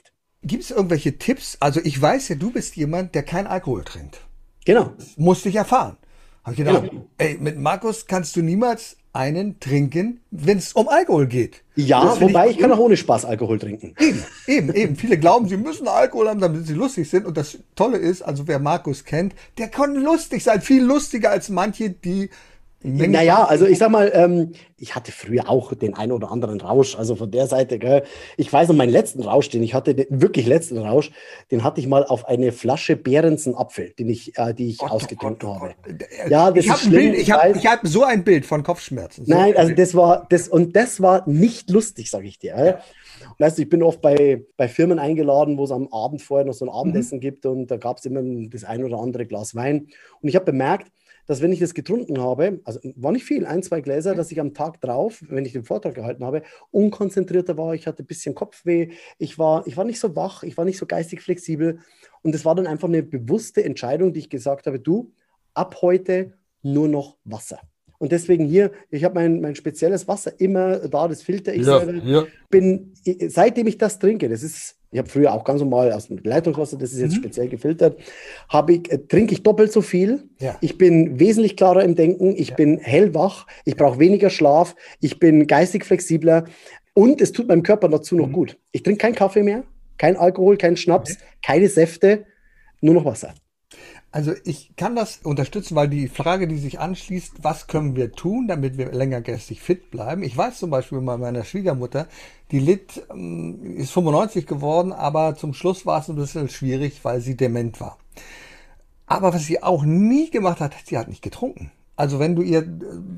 Gibt es irgendwelche Tipps? Also ich weiß ja, du bist jemand, der kein Alkohol trinkt. Genau. Musste ich erfahren. Habe ich gedacht, Genau. ey, mit Markus kannst du niemals einen trinken, wenn es um Alkohol geht. Ja, Das finde wobei ich kann auch ohne Spaß Alkohol trinken. Eben. Viele glauben, sie müssen Alkohol haben, damit sie lustig sind. Und das Tolle ist, also wer Markus kennt, der kann lustig sein. Viel lustiger als manche, die Naja, also ich sag mal, ich hatte früher auch den einen oder anderen Rausch, also von der Seite, gell. Ich weiß noch, meinen letzten Rausch, den ich hatte, den wirklich letzten Rausch, den hatte ich mal auf eine Flasche Behrensen Apfel, die ich ausgetrunken habe. Ja, das ist schlimm. Ich hab so ein Bild von Kopfschmerzen. So Nein, ein also Bild. das war nicht lustig, sage ich dir. Ja. Weißt du, ich bin oft bei Firmen eingeladen, wo es am Abend vorher noch so ein Abendessen gibt und da gab es immer das ein oder andere Glas Wein. Und ich habe bemerkt, dass wenn ich das getrunken habe, also war nicht viel, 1, 2 Gläser, dass ich am Tag drauf, wenn ich den Vortrag gehalten habe, unkonzentrierter war, ich hatte ein bisschen Kopfweh, ich war nicht so wach, ich war nicht so geistig flexibel und es war dann einfach eine bewusste Entscheidung, die ich gesagt habe, du, ab heute nur noch Wasser. Und deswegen hier, ich habe mein spezielles Wasser immer da, das filter ich selber. Seitdem ich das trinke, ich habe früher auch ganz normal aus dem Leitungswasser, das ist jetzt speziell gefiltert, trinke ich doppelt so viel. Ja. Ich bin wesentlich klarer im Denken, ich bin hellwach, ich brauche weniger Schlaf, ich bin geistig flexibler und es tut meinem Körper dazu noch gut. Ich trinke keinen Kaffee mehr, kein Alkohol, keinen Schnaps, keine Säfte, nur noch Wasser. Also ich kann das unterstützen, weil die Frage, die sich anschließt, was können wir tun, damit wir länger geistig fit bleiben? Ich weiß zum Beispiel bei meiner Schwiegermutter, die ist 95 geworden, aber zum Schluss war es ein bisschen schwierig, weil sie dement war. Aber was sie auch nie gemacht hat, sie hat nicht getrunken. Also wenn du ihr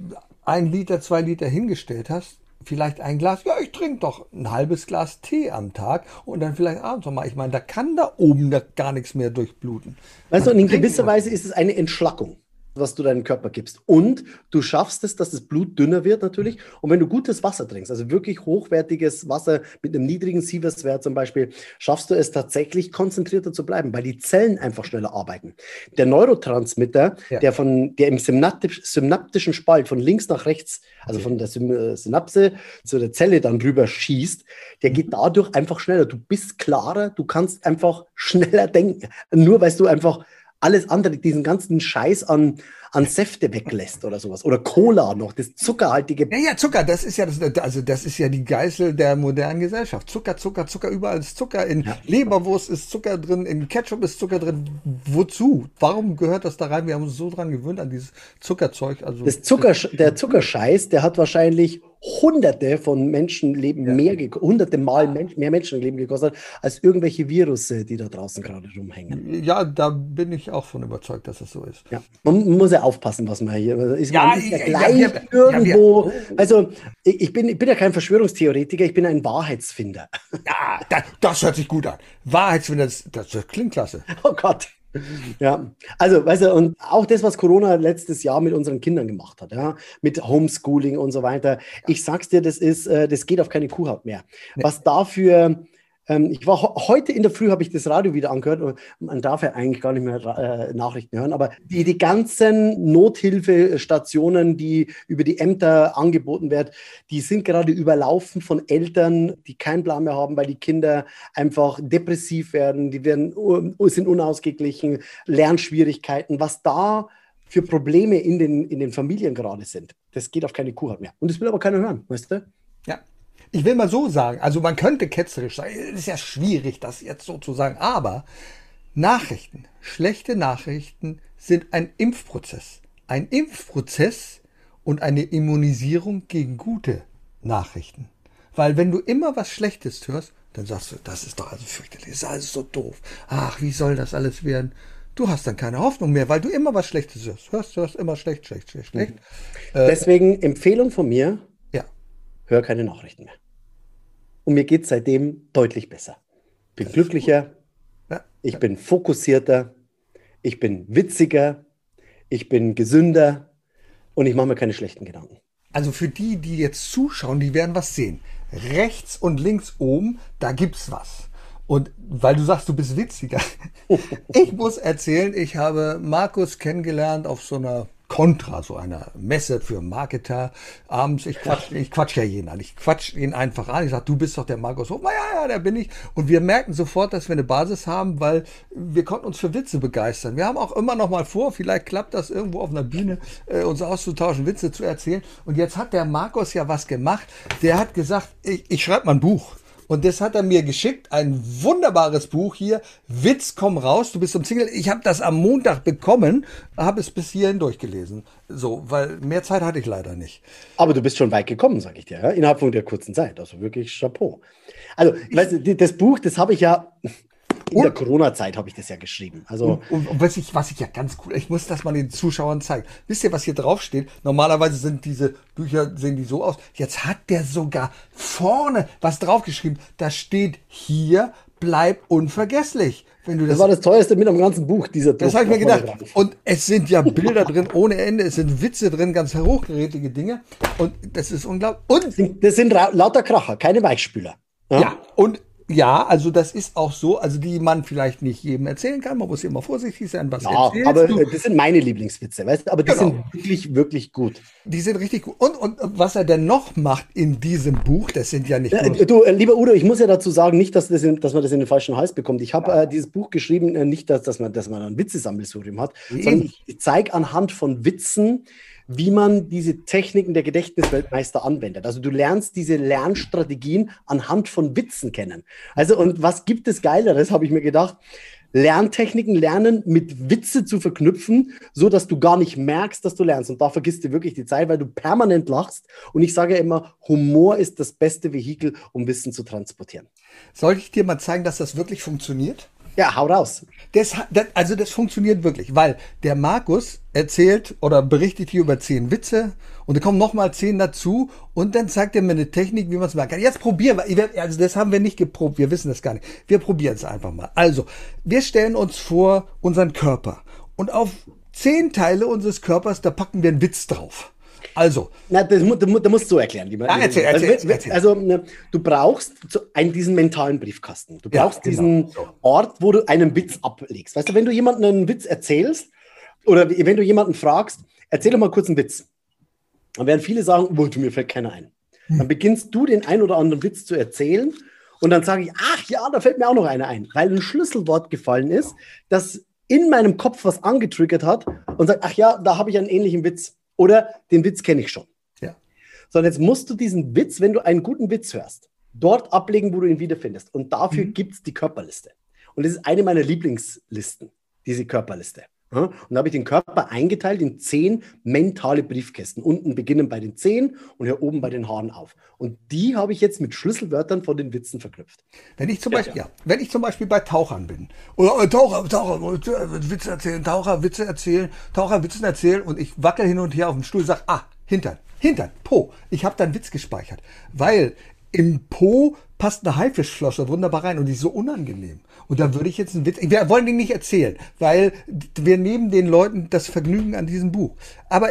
1 Liter, 2 Liter hingestellt hast, vielleicht ein Glas, ja, ich trinke doch ein halbes Glas Tee am Tag und dann vielleicht abends nochmal. Ich meine, da kann da oben gar nichts mehr durchbluten. Weißt du, und in gewisser Weise ist es eine Entschlackung, was du deinem Körper gibst. Und du schaffst es, dass das Blut dünner wird natürlich. Und wenn du gutes Wasser trinkst, also wirklich hochwertiges Wasser mit einem niedrigen Sieverswert zum Beispiel, schaffst du es tatsächlich konzentrierter zu bleiben, weil die Zellen einfach schneller arbeiten. Der Neurotransmitter, der im synaptischen Spalt von links nach rechts, also von der Synapse zu der Zelle dann rüber schießt, der geht dadurch einfach schneller. Du bist klarer, du kannst einfach schneller denken. Nur weil du einfach alles andere, diesen ganzen Scheiß an Säfte weglässt oder sowas. Oder Cola noch, das zuckerhaltige. Ja, Zucker, das ist ja die Geißel der modernen Gesellschaft. Zucker, überall ist Zucker. In Leberwurst ist Zucker drin, in Ketchup ist Zucker drin. Wozu? Warum gehört das da rein? Wir haben uns so dran gewöhnt, an dieses Zuckerzeug. Also der Zuckerscheiß, der hat wahrscheinlich Hunderte von Menschenleben hunderte Mal mehr Menschenleben gekostet, als irgendwelche Virusse, die da draußen gerade rumhängen. Ja, da bin ich auch von überzeugt, dass das so ist. Ja. Man muss ja aufpassen, was man hier irgendwo. Also ich bin ja kein Verschwörungstheoretiker, ich bin ein Wahrheitsfinder. Ja, das hört sich gut an. Wahrheitsfinder, das klingt klasse. Oh Gott. Ja, also, weißt du, und auch das, was Corona letztes Jahr mit unseren Kindern gemacht hat, ja, mit Homeschooling und so weiter. Ich sag's dir, das geht auf keine Kuhhaut mehr. Nee. Was dafür, ich war heute in der Früh, habe ich das Radio wieder angehört und man darf ja eigentlich gar nicht mehr Nachrichten hören, aber die ganzen Nothilfestationen, die über die Ämter angeboten werden, die sind gerade überlaufen von Eltern, die keinen Plan mehr haben, weil die Kinder einfach depressiv werden, sind unausgeglichen, Lernschwierigkeiten, was da für Probleme in den Familien gerade sind. Das geht auf keine Kuhhaut mehr. Und das will aber keiner hören, weißt du? Ja. Ich will mal so sagen, also man könnte ketzerisch sagen, es ist ja schwierig, das jetzt so zu sagen, aber Nachrichten, schlechte Nachrichten sind ein Impfprozess. Ein Impfprozess und eine Immunisierung gegen gute Nachrichten. Weil wenn du immer was Schlechtes hörst, dann sagst du, das ist doch also fürchterlich, das ist alles so doof. Ach, wie soll das alles werden? Du hast dann keine Hoffnung mehr, weil du immer was Schlechtes hörst. Hörst immer schlecht. Deswegen Empfehlung von mir, hör keine Nachrichten mehr. Und mir geht es seitdem deutlich besser. Ich bin glücklicher, ich bin fokussierter, ich bin witziger, ich bin gesünder und ich mache mir keine schlechten Gedanken. Also für die, die jetzt zuschauen, die werden was sehen. Rechts und links oben, da gibt's was. Und weil du sagst, du bist witziger. Ich muss erzählen, ich habe Markus kennengelernt auf so einer Contra, so einer Messe für Marketer. Abends, ich quatsch ja jeden an. Ich quatsch ihn einfach an. Ich sage, du bist doch der Markus Hofmann. Ja, der bin ich. Und wir merken sofort, dass wir eine Basis haben, weil wir konnten uns für Witze begeistern. Wir haben auch immer noch mal vor, vielleicht klappt das irgendwo auf einer Bühne, uns auszutauschen, Witze zu erzählen. Und jetzt hat der Markus ja was gemacht. Der hat gesagt, ich schreibe mal ein Buch. Und das hat er mir geschickt, ein wunderbares Buch hier, Witz, komm raus, du bist im Single. Ich habe das am Montag bekommen, habe es bis hierhin durchgelesen. So, weil mehr Zeit hatte ich leider nicht. Aber du bist schon weit gekommen, sage ich dir, ja? Innerhalb von der kurzen Zeit. Also wirklich Chapeau. Also, weißt du, das Buch, das habe ich ja in der Corona-Zeit habe ich das ja geschrieben. Also Und was ich ja ganz cool, ich muss das mal den Zuschauern zeigen. Wisst ihr, was hier drauf steht? Normalerweise sind diese Bücher, sehen die so aus. Jetzt hat der sogar vorne was draufgeschrieben. Da steht hier, bleib unvergesslich. Wenn du das war das teuerste mit am ganzen Buch, dieser Druck. Das habe ich mir gedacht. Und es sind ja Bilder drin ohne Ende. Es sind Witze drin, ganz hochgerätige Dinge. Und das ist unglaublich. Und das sind lauter Kracher, keine Weichspüler. Ja, und ja, also das ist auch so, also die man vielleicht nicht jedem erzählen kann. Man muss immer vorsichtig sein, was erzählst aber du. das sind meine Lieblingswitze, weißt du? Aber die sind wirklich, wirklich gut. Die sind richtig gut. Und was er denn noch macht in diesem Buch, das sind ja nicht nur... Du, lieber Udo, ich muss ja dazu sagen, nicht, dass man das in den falschen Hals bekommt. Ich habe dieses Buch geschrieben, nicht, dass man ein Witzesammelsurium hat, sondern ich zeige anhand von Witzen, wie man diese Techniken der Gedächtnisweltmeister anwendet. Also du lernst diese Lernstrategien anhand von Witzen kennen. Also und was gibt es Geileres, habe ich mir gedacht, Lerntechniken lernen mit Witze zu verknüpfen, so dass du gar nicht merkst, dass du lernst. Und da vergisst du wirklich die Zeit, weil du permanent lachst. Und ich sage ja immer, Humor ist das beste Vehikel, um Wissen zu transportieren. Soll ich dir mal zeigen, dass das wirklich funktioniert? Ja, hau raus. Das funktioniert wirklich, weil der Markus erzählt oder berichtet hier über 10 Witze und dann kommen nochmal 10 dazu und dann zeigt er mir eine Technik, wie man es machen kann. Jetzt probieren wir, also das haben wir nicht geprobt, wir wissen das gar nicht. Wir probieren es einfach mal. Also, wir stellen uns vor unseren Körper und auf 10 Teile unseres Körpers, da packen wir einen Witz drauf. Also. Na, da musst du so erklären. Erzähl. Also, du brauchst diesen mentalen Briefkasten. Du brauchst diesen Ort, wo du einen Witz ablegst. Weißt du, wenn du jemandem einen Witz erzählst oder wenn du jemanden fragst, erzähl doch mal kurz einen Witz. Dann werden viele sagen, mir fällt keiner ein. Dann beginnst du den ein oder anderen Witz zu erzählen und dann sage ich, ach ja, da fällt mir auch noch einer ein. Weil ein Schlüsselwort gefallen ist, das in meinem Kopf was angetriggert hat und sagt, ach ja, da habe ich einen ähnlichen Witz. Oder den Witz kenne ich schon. Ja. Sondern jetzt musst du diesen Witz, wenn du einen guten Witz hörst, dort ablegen, wo du ihn wiederfindest. Und dafür gibt es die Körperliste. Und das ist eine meiner Lieblingslisten, diese Körperliste. Und da habe ich den Körper eingeteilt in 10 mentale Briefkästen. Unten beginnen bei den Zehen und hier oben bei den Haaren auf. Und die habe ich jetzt mit Schlüsselwörtern von den Witzen verknüpft. Wenn ich zum Beispiel bei Tauchern bin, oder Taucher, Witze erzählen, Witze erzählen und ich wackel hin und her auf dem Stuhl und sage, Hintern, Po. Ich habe da einen Witz gespeichert, weil im Po passt eine Haifischflosse wunderbar rein und die ist so unangenehm. Und da würde ich jetzt einen Witz, wir wollen den nicht erzählen, weil wir nehmen den Leuten das Vergnügen an diesem Buch. Aber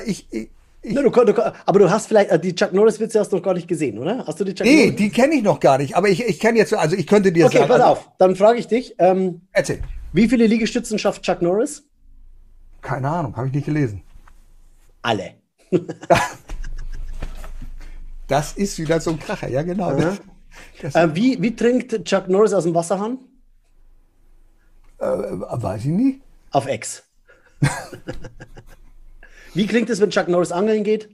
aber du hast vielleicht, die Chuck Norris-Witze hast du noch gar nicht gesehen, oder? Hast du die Chuck Norris? Nee, die kenne ich noch gar nicht, aber ich kenne jetzt, also ich könnte dir sagen. Okay, pass auf, dann frage ich dich, erzähl. Wie viele Liegestützen schafft Chuck Norris? Keine Ahnung, habe ich nicht gelesen. Alle. Das ist wieder so ein Kracher, ja genau. Wie trinkt Chuck Norris aus dem Wasserhahn? Weiß ich nicht. Auf Ex. Wie klingt es, wenn Chuck Norris angeln geht?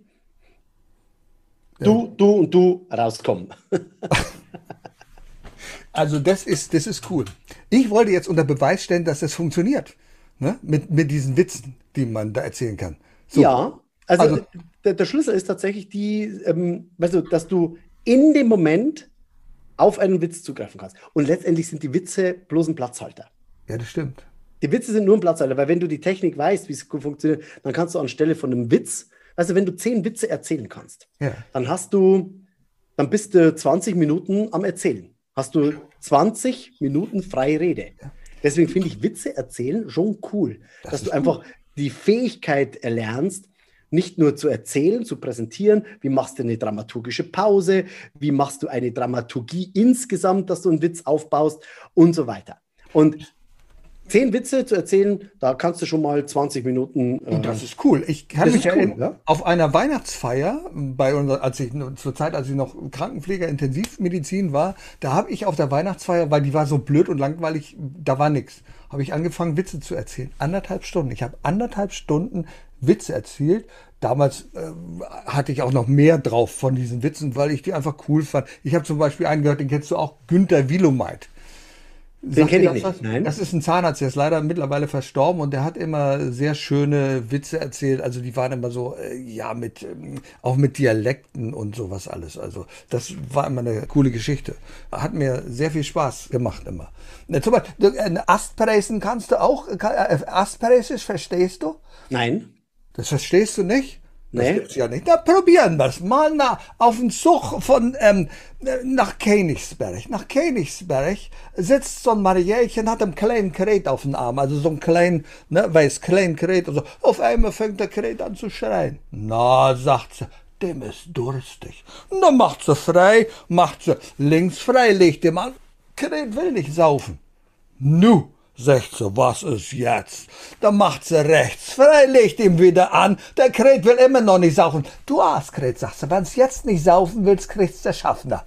Du und du rauskommen. Also das ist cool. Ich wollte jetzt unter Beweis stellen, dass das funktioniert. Ne? Mit diesen Witzen, die man da erzählen kann. So. Ja, also der Schlüssel ist tatsächlich dass du in dem Moment auf einen Witz zugreifen kannst. Und letztendlich sind die Witze bloß ein Platzhalter. Ja, das stimmt. Die Witze sind nur ein Platzhalter, weil wenn du die Technik weißt, wie es funktioniert, dann kannst du anstelle von einem Witz, wenn du 10 Witze erzählen kannst, dann bist du 20 Minuten am Erzählen. Hast du 20 Minuten freie Rede. Ja. Deswegen finde ich Witze erzählen schon cool, dass du einfach die Fähigkeit erlernst, nicht nur zu erzählen, zu präsentieren, wie machst du eine dramaturgische Pause, wie machst du eine Dramaturgie insgesamt, dass du einen Witz aufbaust und so weiter. Und 10 Witze zu erzählen, da kannst du schon mal 20 Minuten. Und das ist cool. Ich kann das mich ist cool, erinnern, ja. auf einer Weihnachtsfeier, als ich noch Krankenpfleger Intensivmedizin war, da habe ich auf der Weihnachtsfeier, weil die war so blöd und langweilig, da war nichts, habe ich angefangen, Witze zu erzählen. 1,5 Stunden. Ich habe 1,5 Stunden Witze erzählt. Damals hatte ich auch noch mehr drauf von diesen Witzen, weil ich die einfach cool fand. Ich habe zum Beispiel einen gehört, den kennst du auch, Günter Wielomeit. Den kenne ich nicht. Was? Nein. Das ist ein Zahnarzt, der ist leider mittlerweile verstorben und der hat immer sehr schöne Witze erzählt. Also die waren immer so, auch mit Dialekten und sowas alles. Also das war immer eine coole Geschichte. Hat mir sehr viel Spaß gemacht immer. Zum Beispiel, Astpreisen kannst du auch, Astpreisisch verstehst du? Nein. Das verstehst du nicht? Das Nee. gibt's ja nicht. Na, probieren wir es mal auf den Zug nach Königsberg. Nach Königsberg sitzt so ein Mariächen, hat ein kleinen Gerät auf dem Arm, also so ein kleinen, kleinen Gerät. Und so. Auf einmal fängt der Gerät an zu schreien. Na, sagt sie, dem ist durstig. Und dann macht sie links frei, legt dem an. Gerät will nicht saufen. Nu. Sagt sie, was ist jetzt? Dann macht sie rechts frei, legt ihm wieder an. Der Kret will immer noch nicht saufen. Du Arschkret, sagt sie, wenn's jetzt nicht saufen willst, kriegst du Schaffner.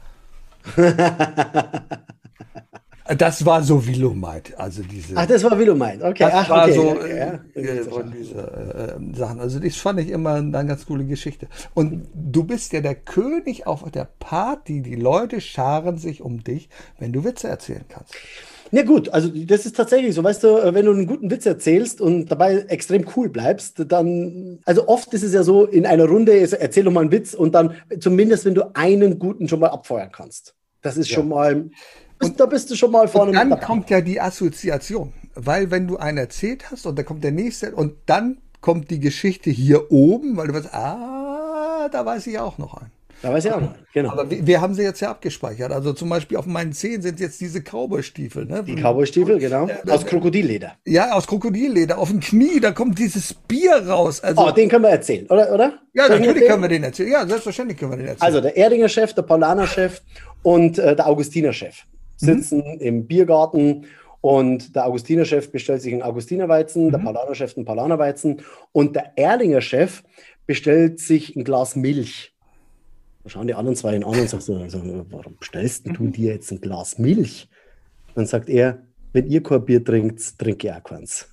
Das war so Wielomeit, also diese. Ach, das war Wielomeit, okay. Das Ach, war okay. so Okay, ja. von diese Sachen. Also das fand ich immer eine ganz coole Geschichte. Und du bist ja der König auf der Party. Die Leute scharen sich um dich, wenn du Witze erzählen kannst. Na gut, also das ist tatsächlich so, weißt du, wenn du einen guten Witz erzählst und dabei extrem cool bleibst, dann, also oft ist es ja so, in einer Runde, erzähl doch mal einen Witz und dann zumindest, wenn du einen guten schon mal abfeuern kannst. Das ist schon mal, da bist du schon mal vorne Und dann mit dabei. kommt ja die Assoziation, weil wenn du einen erzählt hast und dann kommt der nächste und dann kommt die Geschichte hier oben, weil du weißt, da weiß ich auch noch einen. Da weiß ich auch noch, genau. Aber wir haben sie jetzt ja abgespeichert. Also zum Beispiel auf meinen Zehen sind jetzt diese Cowboy-Stiefel. Ne? Die Cowboy-Stiefel, genau, aus Krokodilleder. Ja, aus Krokodilleder. Auf dem Knie, da kommt dieses Bier raus. Also, Oh, den können wir erzählen, oder? ja, Soll ich natürlich erzählen? können wir den erzählen. Ja, selbstverständlich können wir den erzählen. Also der Erdinger-Chef, der Paulaner-Chef und der Augustiner-Chef sitzen im Biergarten und der Augustiner-Chef bestellt sich einen Augustinerweizen, der Paulaner-Chef einen Paulanerweizen und der Erdinger-Chef bestellt sich ein Glas Milch. Da schauen die anderen zwei ihn an und sagen so, warum bestellst du dir jetzt ein Glas Milch? Dann sagt er, wenn ihr kein Bier trinkt, trinke ich auch keins.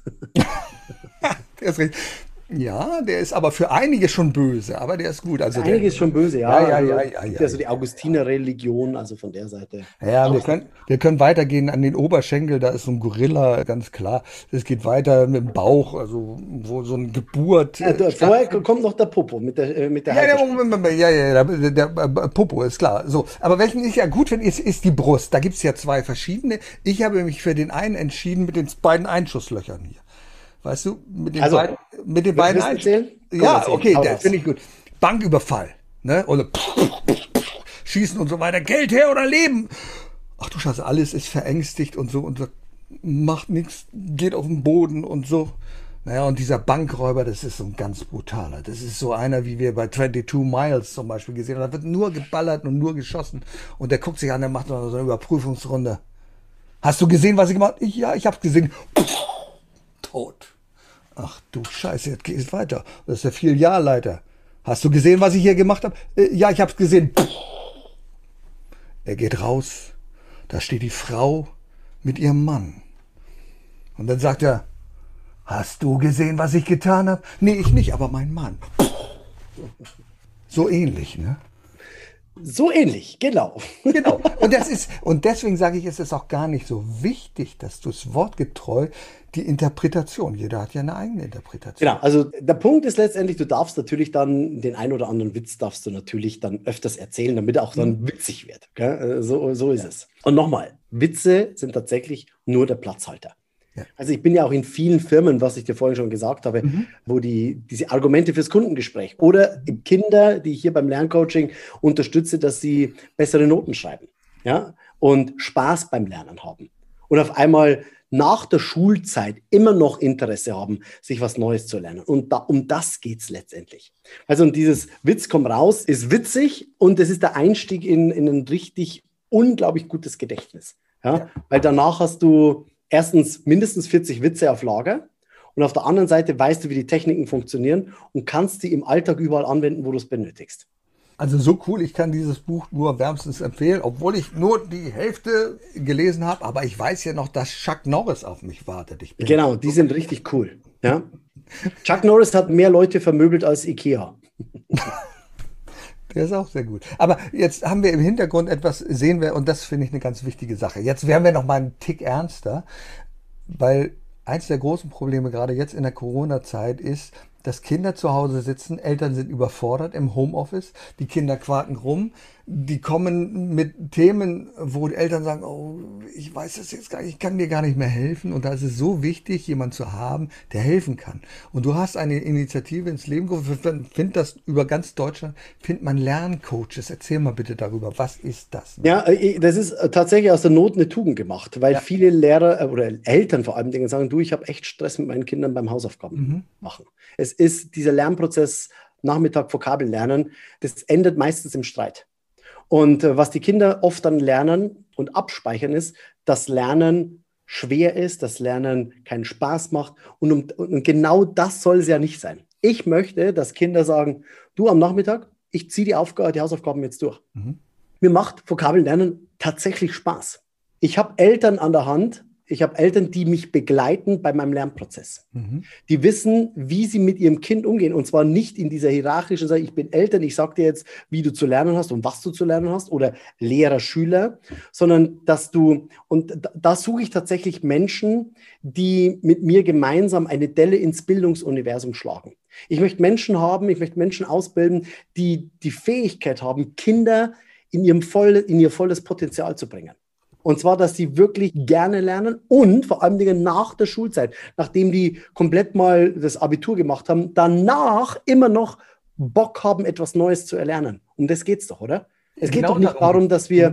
Der ist richtig. Ja, der ist aber für einige schon böse, aber der ist gut. Also Einige ist schon böse, ja. Ja. Also die Augustiner-Religion, also von der Seite. Ja, wir können weitergehen an den Oberschenkel, da ist so ein Gorilla, ganz klar. Es geht weiter mit dem Bauch, also wo so eine Geburt. Ja, vorher kommt noch der Popo mit der der Popo ist klar. So, aber welchen ich ja gut finde, ist die Brust. Da gibt es ja zwei verschiedene. Ich habe mich für den einen entschieden mit den beiden Einschusslöchern hier. Weißt du, mit den beiden erzählen? Ja, erzählen. okay, das finde ich gut. Banküberfall, ne? Oder schießen und so weiter. Geld her oder Leben. Ach du Scheiße, alles ist verängstigt und so und macht nichts, geht auf den Boden und so. Naja, und dieser Bankräuber, das ist so ein ganz brutaler. Das ist so einer, wie wir bei 22 Miles zum Beispiel gesehen haben. Da wird nur geballert und nur geschossen. Und der guckt sich an, der macht noch so eine Überprüfungsrunde. Hast du gesehen, was ich gemacht habe? Ja, ich habe gesehen. Tot. Ach du Scheiße, jetzt geht es weiter. Das ist der Filialleiter. Hast du gesehen, was ich hier gemacht habe? Ja, ich habe es gesehen. Er geht raus. Da steht die Frau mit ihrem Mann. Und dann sagt er, hast du gesehen, was ich getan habe? Nee, ich nicht, aber mein Mann. So ähnlich, ne? So ähnlich, genau. Genau. Und deswegen sage ich, es ist auch gar nicht so wichtig, dass du es wortgetreu die Interpretation, jeder hat ja eine eigene Interpretation. Genau, also der Punkt ist letztendlich, du darfst natürlich dann den ein oder anderen Witz darfst du natürlich dann öfters erzählen, damit er auch dann witzig wird. Gell? So ist es. Und nochmal, Witze sind tatsächlich nur der Platzhalter. Ja. Also ich bin ja auch in vielen Firmen, was ich dir vorhin schon gesagt habe, wo diese Argumente fürs Kundengespräch oder Kinder, die ich hier beim Lerncoaching unterstütze, dass sie bessere Noten schreiben, ja, und Spaß beim Lernen haben. Und auf einmal nach der Schulzeit immer noch Interesse haben, sich was Neues zu lernen. Und um das geht es letztendlich. Also und dieses Witz komm raus ist witzig und es ist der Einstieg in ein richtig unglaublich gutes Gedächtnis. Ja? Weil danach hast du erstens mindestens 40 Witze auf Lager und auf der anderen Seite weißt du, wie die Techniken funktionieren und kannst die im Alltag überall anwenden, wo du es benötigst. Also so cool, ich kann dieses Buch nur wärmstens empfehlen, obwohl ich nur die Hälfte gelesen habe, aber ich weiß ja noch, dass Chuck Norris auf mich wartet. Genau, die sind richtig cool. Ja? Chuck Norris hat mehr Leute vermöbelt als Ikea. Der ist auch sehr gut. Aber jetzt haben wir im Hintergrund etwas, sehen wir, und das finde ich eine ganz wichtige Sache. Jetzt werden wir noch mal einen Tick ernster, weil eins der großen Probleme gerade jetzt in der Corona-Zeit ist, dass Kinder zu Hause sitzen, Eltern sind überfordert im Homeoffice, die Kinder quaken rum, die kommen mit Themen, wo die Eltern sagen, oh, ich weiß das jetzt gar nicht, ich kann dir gar nicht mehr helfen. Und da ist es so wichtig, jemanden zu haben, der helfen kann. Und du hast eine Initiative ins Leben gerufen, find das über ganz Deutschland, findet man Lerncoaches. Erzähl mal bitte darüber, was ist das? Ja, das ist tatsächlich aus der Not eine Tugend gemacht, weil viele Lehrer oder Eltern vor allem sagen, du, ich habe echt Stress mit meinen Kindern beim Hausaufgaben machen. Es ist dieser Lernprozess, Nachmittag Vokabeln lernen, das endet meistens im Streit. Und was die Kinder oft dann lernen und abspeichern ist, dass Lernen schwer ist, dass Lernen keinen Spaß macht. Und genau das soll es ja nicht sein. Ich möchte, dass Kinder sagen, du am Nachmittag, ich ziehe die Hausaufgaben jetzt durch. Mir macht Vokabeln lernen tatsächlich Spaß. Ich habe Eltern an der Hand, ich habe Eltern, die mich begleiten bei meinem Lernprozess. Die wissen, wie sie mit ihrem Kind umgehen. Und zwar nicht in dieser hierarchischen Sache, ich bin Eltern, ich sage dir jetzt, wie du zu lernen hast und was du zu lernen hast, oder Lehrer, Schüler, sondern dass und da suche ich tatsächlich Menschen, die mit mir gemeinsam eine Delle ins Bildungsuniversum schlagen. Ich möchte Menschen haben, ich möchte Menschen ausbilden, die die Fähigkeit haben, Kinder in ihr volles Potenzial zu bringen. Und zwar, dass sie wirklich gerne lernen und vor allem Dingen nach der Schulzeit, nachdem die komplett mal das Abitur gemacht haben, danach immer noch Bock haben, etwas Neues zu erlernen. Um das geht's doch, oder? Es geht doch nicht darum, dass wir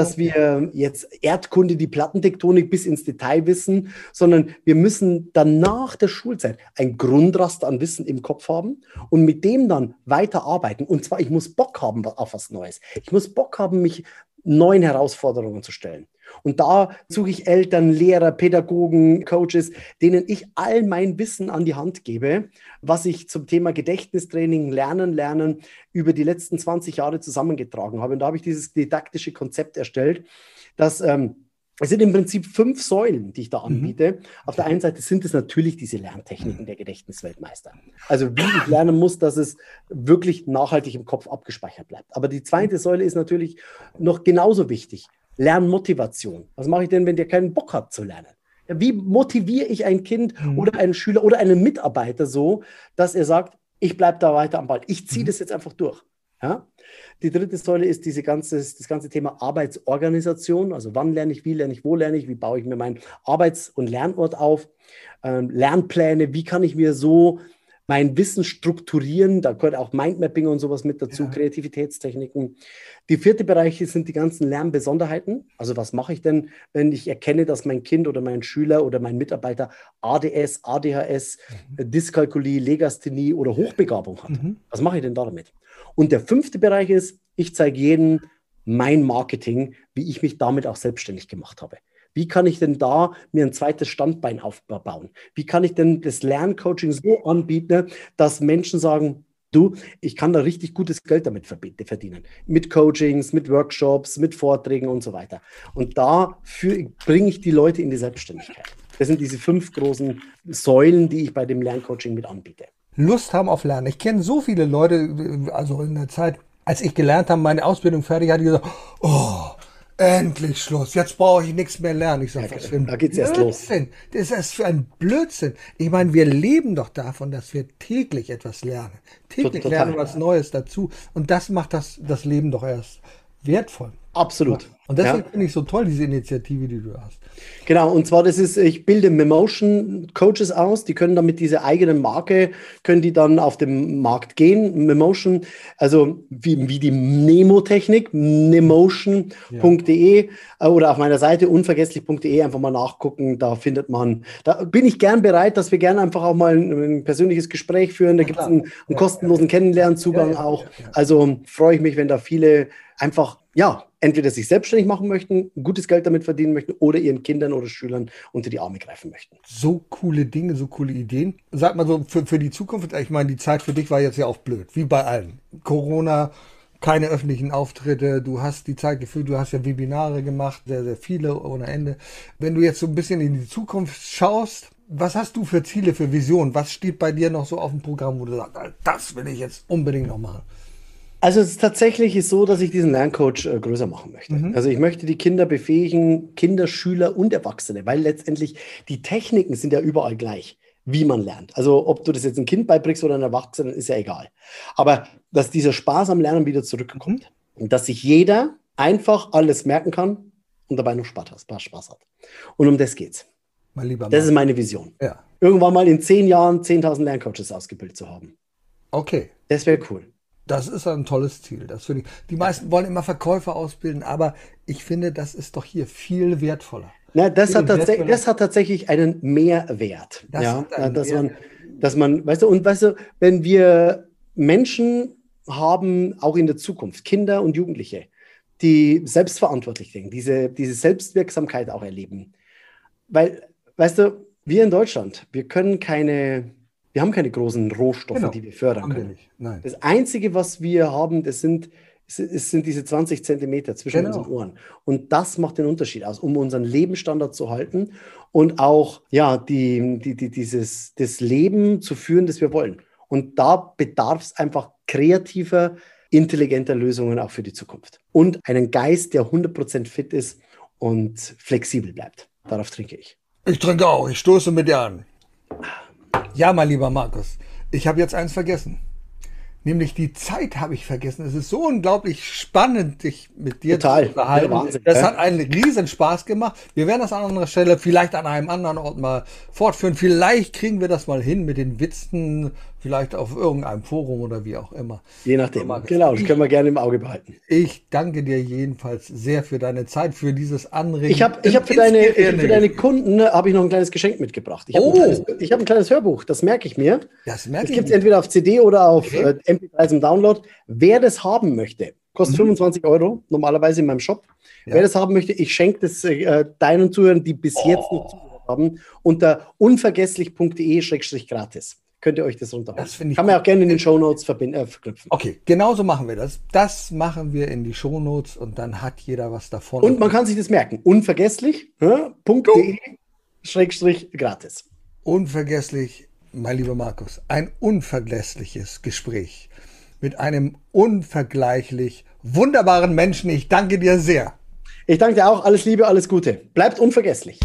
jetzt Erdkunde, die Plattentektonik bis ins Detail wissen, sondern wir müssen dann nach der Schulzeit ein Grundraster an Wissen im Kopf haben und mit dem dann weiter arbeiten. Und zwar, ich muss Bock haben auf was Neues. Ich muss Bock haben, mich neuen Herausforderungen zu stellen. Und da suche ich Eltern, Lehrer, Pädagogen, Coaches, denen ich all mein Wissen an die Hand gebe, was ich zum Thema Gedächtnistraining, Lernen über die letzten 20 Jahre zusammengetragen habe. Und da habe ich dieses didaktische Konzept erstellt, dass es sind im Prinzip 5 Säulen, die ich da anbiete. Auf der einen Seite sind es natürlich diese Lerntechniken der Gedächtnisweltmeister. Also wie ich lernen muss, dass es wirklich nachhaltig im Kopf abgespeichert bleibt. Aber die zweite Säule ist natürlich noch genauso wichtig. Lernmotivation. Was mache ich denn, wenn der keinen Bock hat zu lernen? Ja, wie motiviere ich ein Kind oder einen Schüler oder einen Mitarbeiter so, dass er sagt, ich bleibe da weiter am Ball. Ich ziehe das jetzt einfach durch. Ja? Die dritte Säule ist das ganze Thema Arbeitsorganisation. Also wann lerne ich, wie lerne ich, wo lerne ich, wie baue ich mir meinen Arbeits- und Lernort auf, Lernpläne, wie kann ich mir so mein Wissen strukturieren, da gehört auch Mindmapping und sowas mit dazu, Kreativitätstechniken. Die vierte Bereich sind die ganzen Lernbesonderheiten. Also was mache ich denn, wenn ich erkenne, dass mein Kind oder mein Schüler oder mein Mitarbeiter ADS, ADHS, Dyskalkulie, Legasthenie oder Hochbegabung hat? Was mache ich denn damit? Und der fünfte Bereich ist, ich zeige jedem mein Marketing, wie ich mich damit auch selbstständig gemacht habe. Wie kann ich denn da mir ein zweites Standbein aufbauen? Wie kann ich denn das Lerncoaching so anbieten, dass Menschen sagen, du, ich kann da richtig gutes Geld damit verdienen. Mit Coachings, mit Workshops, mit Vorträgen und so weiter. Und dafür bringe ich die Leute in die Selbstständigkeit. Das sind diese 5 großen Säulen, die ich bei dem Lerncoaching mit anbiete. Lust haben auf Lernen. Ich kenne so viele Leute, also in der Zeit, als ich gelernt habe, meine Ausbildung fertig hatte, ich gesagt, oh, endlich Schluss, jetzt brauche ich nichts mehr lernen. Ich sage, was für ein da geht's erst los. Das ist erst für ein Blödsinn. Ich meine, wir leben doch davon, dass wir täglich etwas lernen. Täglich lernen was Neues dazu. Und das macht das Leben doch erst wertvoll. Absolut. Und deswegen finde ich so toll, diese Initiative, die du hast. Genau, und zwar ich bilde Memotion Coaches aus, die können dann mit dieser eigenen Marke, können die dann auf den Markt gehen, Memotion, also wie die Nemo-Technik, nemotion.de oder auf meiner Seite unvergesslich.de einfach mal nachgucken, da bin ich gern bereit, dass wir gerne einfach auch mal ein persönliches Gespräch führen, da gibt es einen kostenlosen Kennenlernzugang auch, also freue ich mich, wenn da viele einfach, ja, entweder sich selbstständig machen möchten, gutes Geld damit verdienen möchten oder ihren Kindern oder Schülern unter die Arme greifen möchten. So coole Dinge, so coole Ideen. Sag mal so, für die Zukunft, ich meine, die Zeit für dich war jetzt ja auch blöd, wie bei allen. Corona, keine öffentlichen Auftritte, du hast die Zeit gefühlt, du hast ja Webinare gemacht, sehr, sehr viele ohne Ende. Wenn du jetzt so ein bisschen in die Zukunft schaust, was hast du für Ziele, für Visionen? Was steht bei dir noch so auf dem Programm, wo du sagst, das will ich jetzt unbedingt noch machen? Also es ist tatsächlich so, dass ich diesen Lerncoach größer machen möchte. Also ich möchte die Kinder befähigen, Kinder, Schüler und Erwachsene, weil letztendlich die Techniken sind ja überall gleich, wie man lernt. Also ob du das jetzt einem Kind beibringst oder einem Erwachsenen, ist ja egal. Aber dass dieser Spaß am Lernen wieder zurückkommt und dass sich jeder einfach alles merken kann und dabei noch Spaß hat. Und um das geht's. Mein lieber Mann. Das ist meine Vision. Ja. Irgendwann mal in 10 Jahren 10.000 Lerncoaches ausgebildet zu haben. Okay. Das wäre cool. Das ist ein tolles Ziel. Das finde ich. Die meisten wollen immer Verkäufer ausbilden, aber ich finde, das ist doch hier viel wertvoller. Na, das hat tatsächlich einen Mehrwert. Dass man, weißt du, wenn wir Menschen haben, auch in der Zukunft, Kinder und Jugendliche, die selbstverantwortlich denken, diese Selbstwirksamkeit auch erleben. Weil, weißt du, wir in Deutschland, wir haben keine großen Rohstoffe, die wir fördern können. Nein. Das Einzige, was wir haben, es sind diese 20 Zentimeter zwischen unseren Ohren. Und das macht den Unterschied aus, um unseren Lebensstandard zu halten und auch ja, das Leben zu führen, das wir wollen. Und da bedarf es einfach kreativer, intelligenter Lösungen auch für die Zukunft. Und einen Geist, der 100% fit ist und flexibel bleibt. Darauf trinke ich. Ich trinke auch, ich stoße mit dir an. Ja, mein lieber Markus, ich habe jetzt eins vergessen. Nämlich die Zeit habe ich vergessen. Es ist so unglaublich spannend, dich mit dir zu unterhalten. Wahnsinn, das hat einen riesen Spaß gemacht. Wir werden das an anderer Stelle vielleicht an einem anderen Ort mal fortführen. Vielleicht kriegen wir das mal hin mit den Witzen, vielleicht auf irgendeinem Forum oder wie auch immer. Je nachdem. Genau, das können wir gerne im Auge behalten. Ich danke dir jedenfalls sehr für deine Zeit, für dieses Anregen. Ich habe für deine Kunden habe ich noch ein kleines Geschenk mitgebracht. Ich habe ein kleines Hörbuch, das merke ich mir. Das gibt es entweder auf CD oder auf MP3 zum Download. Wer das haben möchte, kostet 25 € normalerweise in meinem Shop. Ja. Wer das haben möchte, ich schenke das deinen Zuhörern, die bis jetzt nicht zugehört haben, unter unvergesslich.de/gratis. Könnt ihr euch das runterholen. Kann man auch gerne in den Shownotes verknüpfen. Okay, genauso machen wir das. Das machen wir in die Shownotes und dann hat jeder was davon. Und man kann sich das merken. Unvergesslich.de/gratis. Unvergesslich, mein lieber Markus, ein unvergessliches Gespräch mit einem unvergleichlich wunderbaren Menschen. Ich danke dir sehr. Ich danke dir auch. Alles Liebe, alles Gute. Bleibt unvergesslich.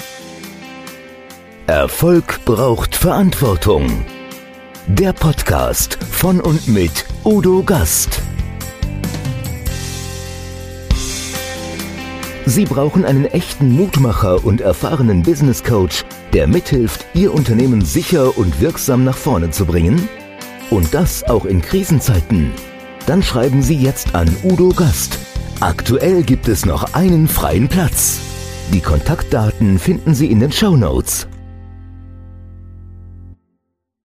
Erfolg braucht Verantwortung. Der Podcast von und mit Udo Gast. Sie brauchen einen echten Mutmacher und erfahrenen Business Coach, der mithilft, Ihr Unternehmen sicher und wirksam nach vorne zu bringen? Und das auch in Krisenzeiten? Dann schreiben Sie jetzt an Udo Gast. Aktuell gibt es noch einen freien Platz. Die Kontaktdaten finden Sie in den Shownotes.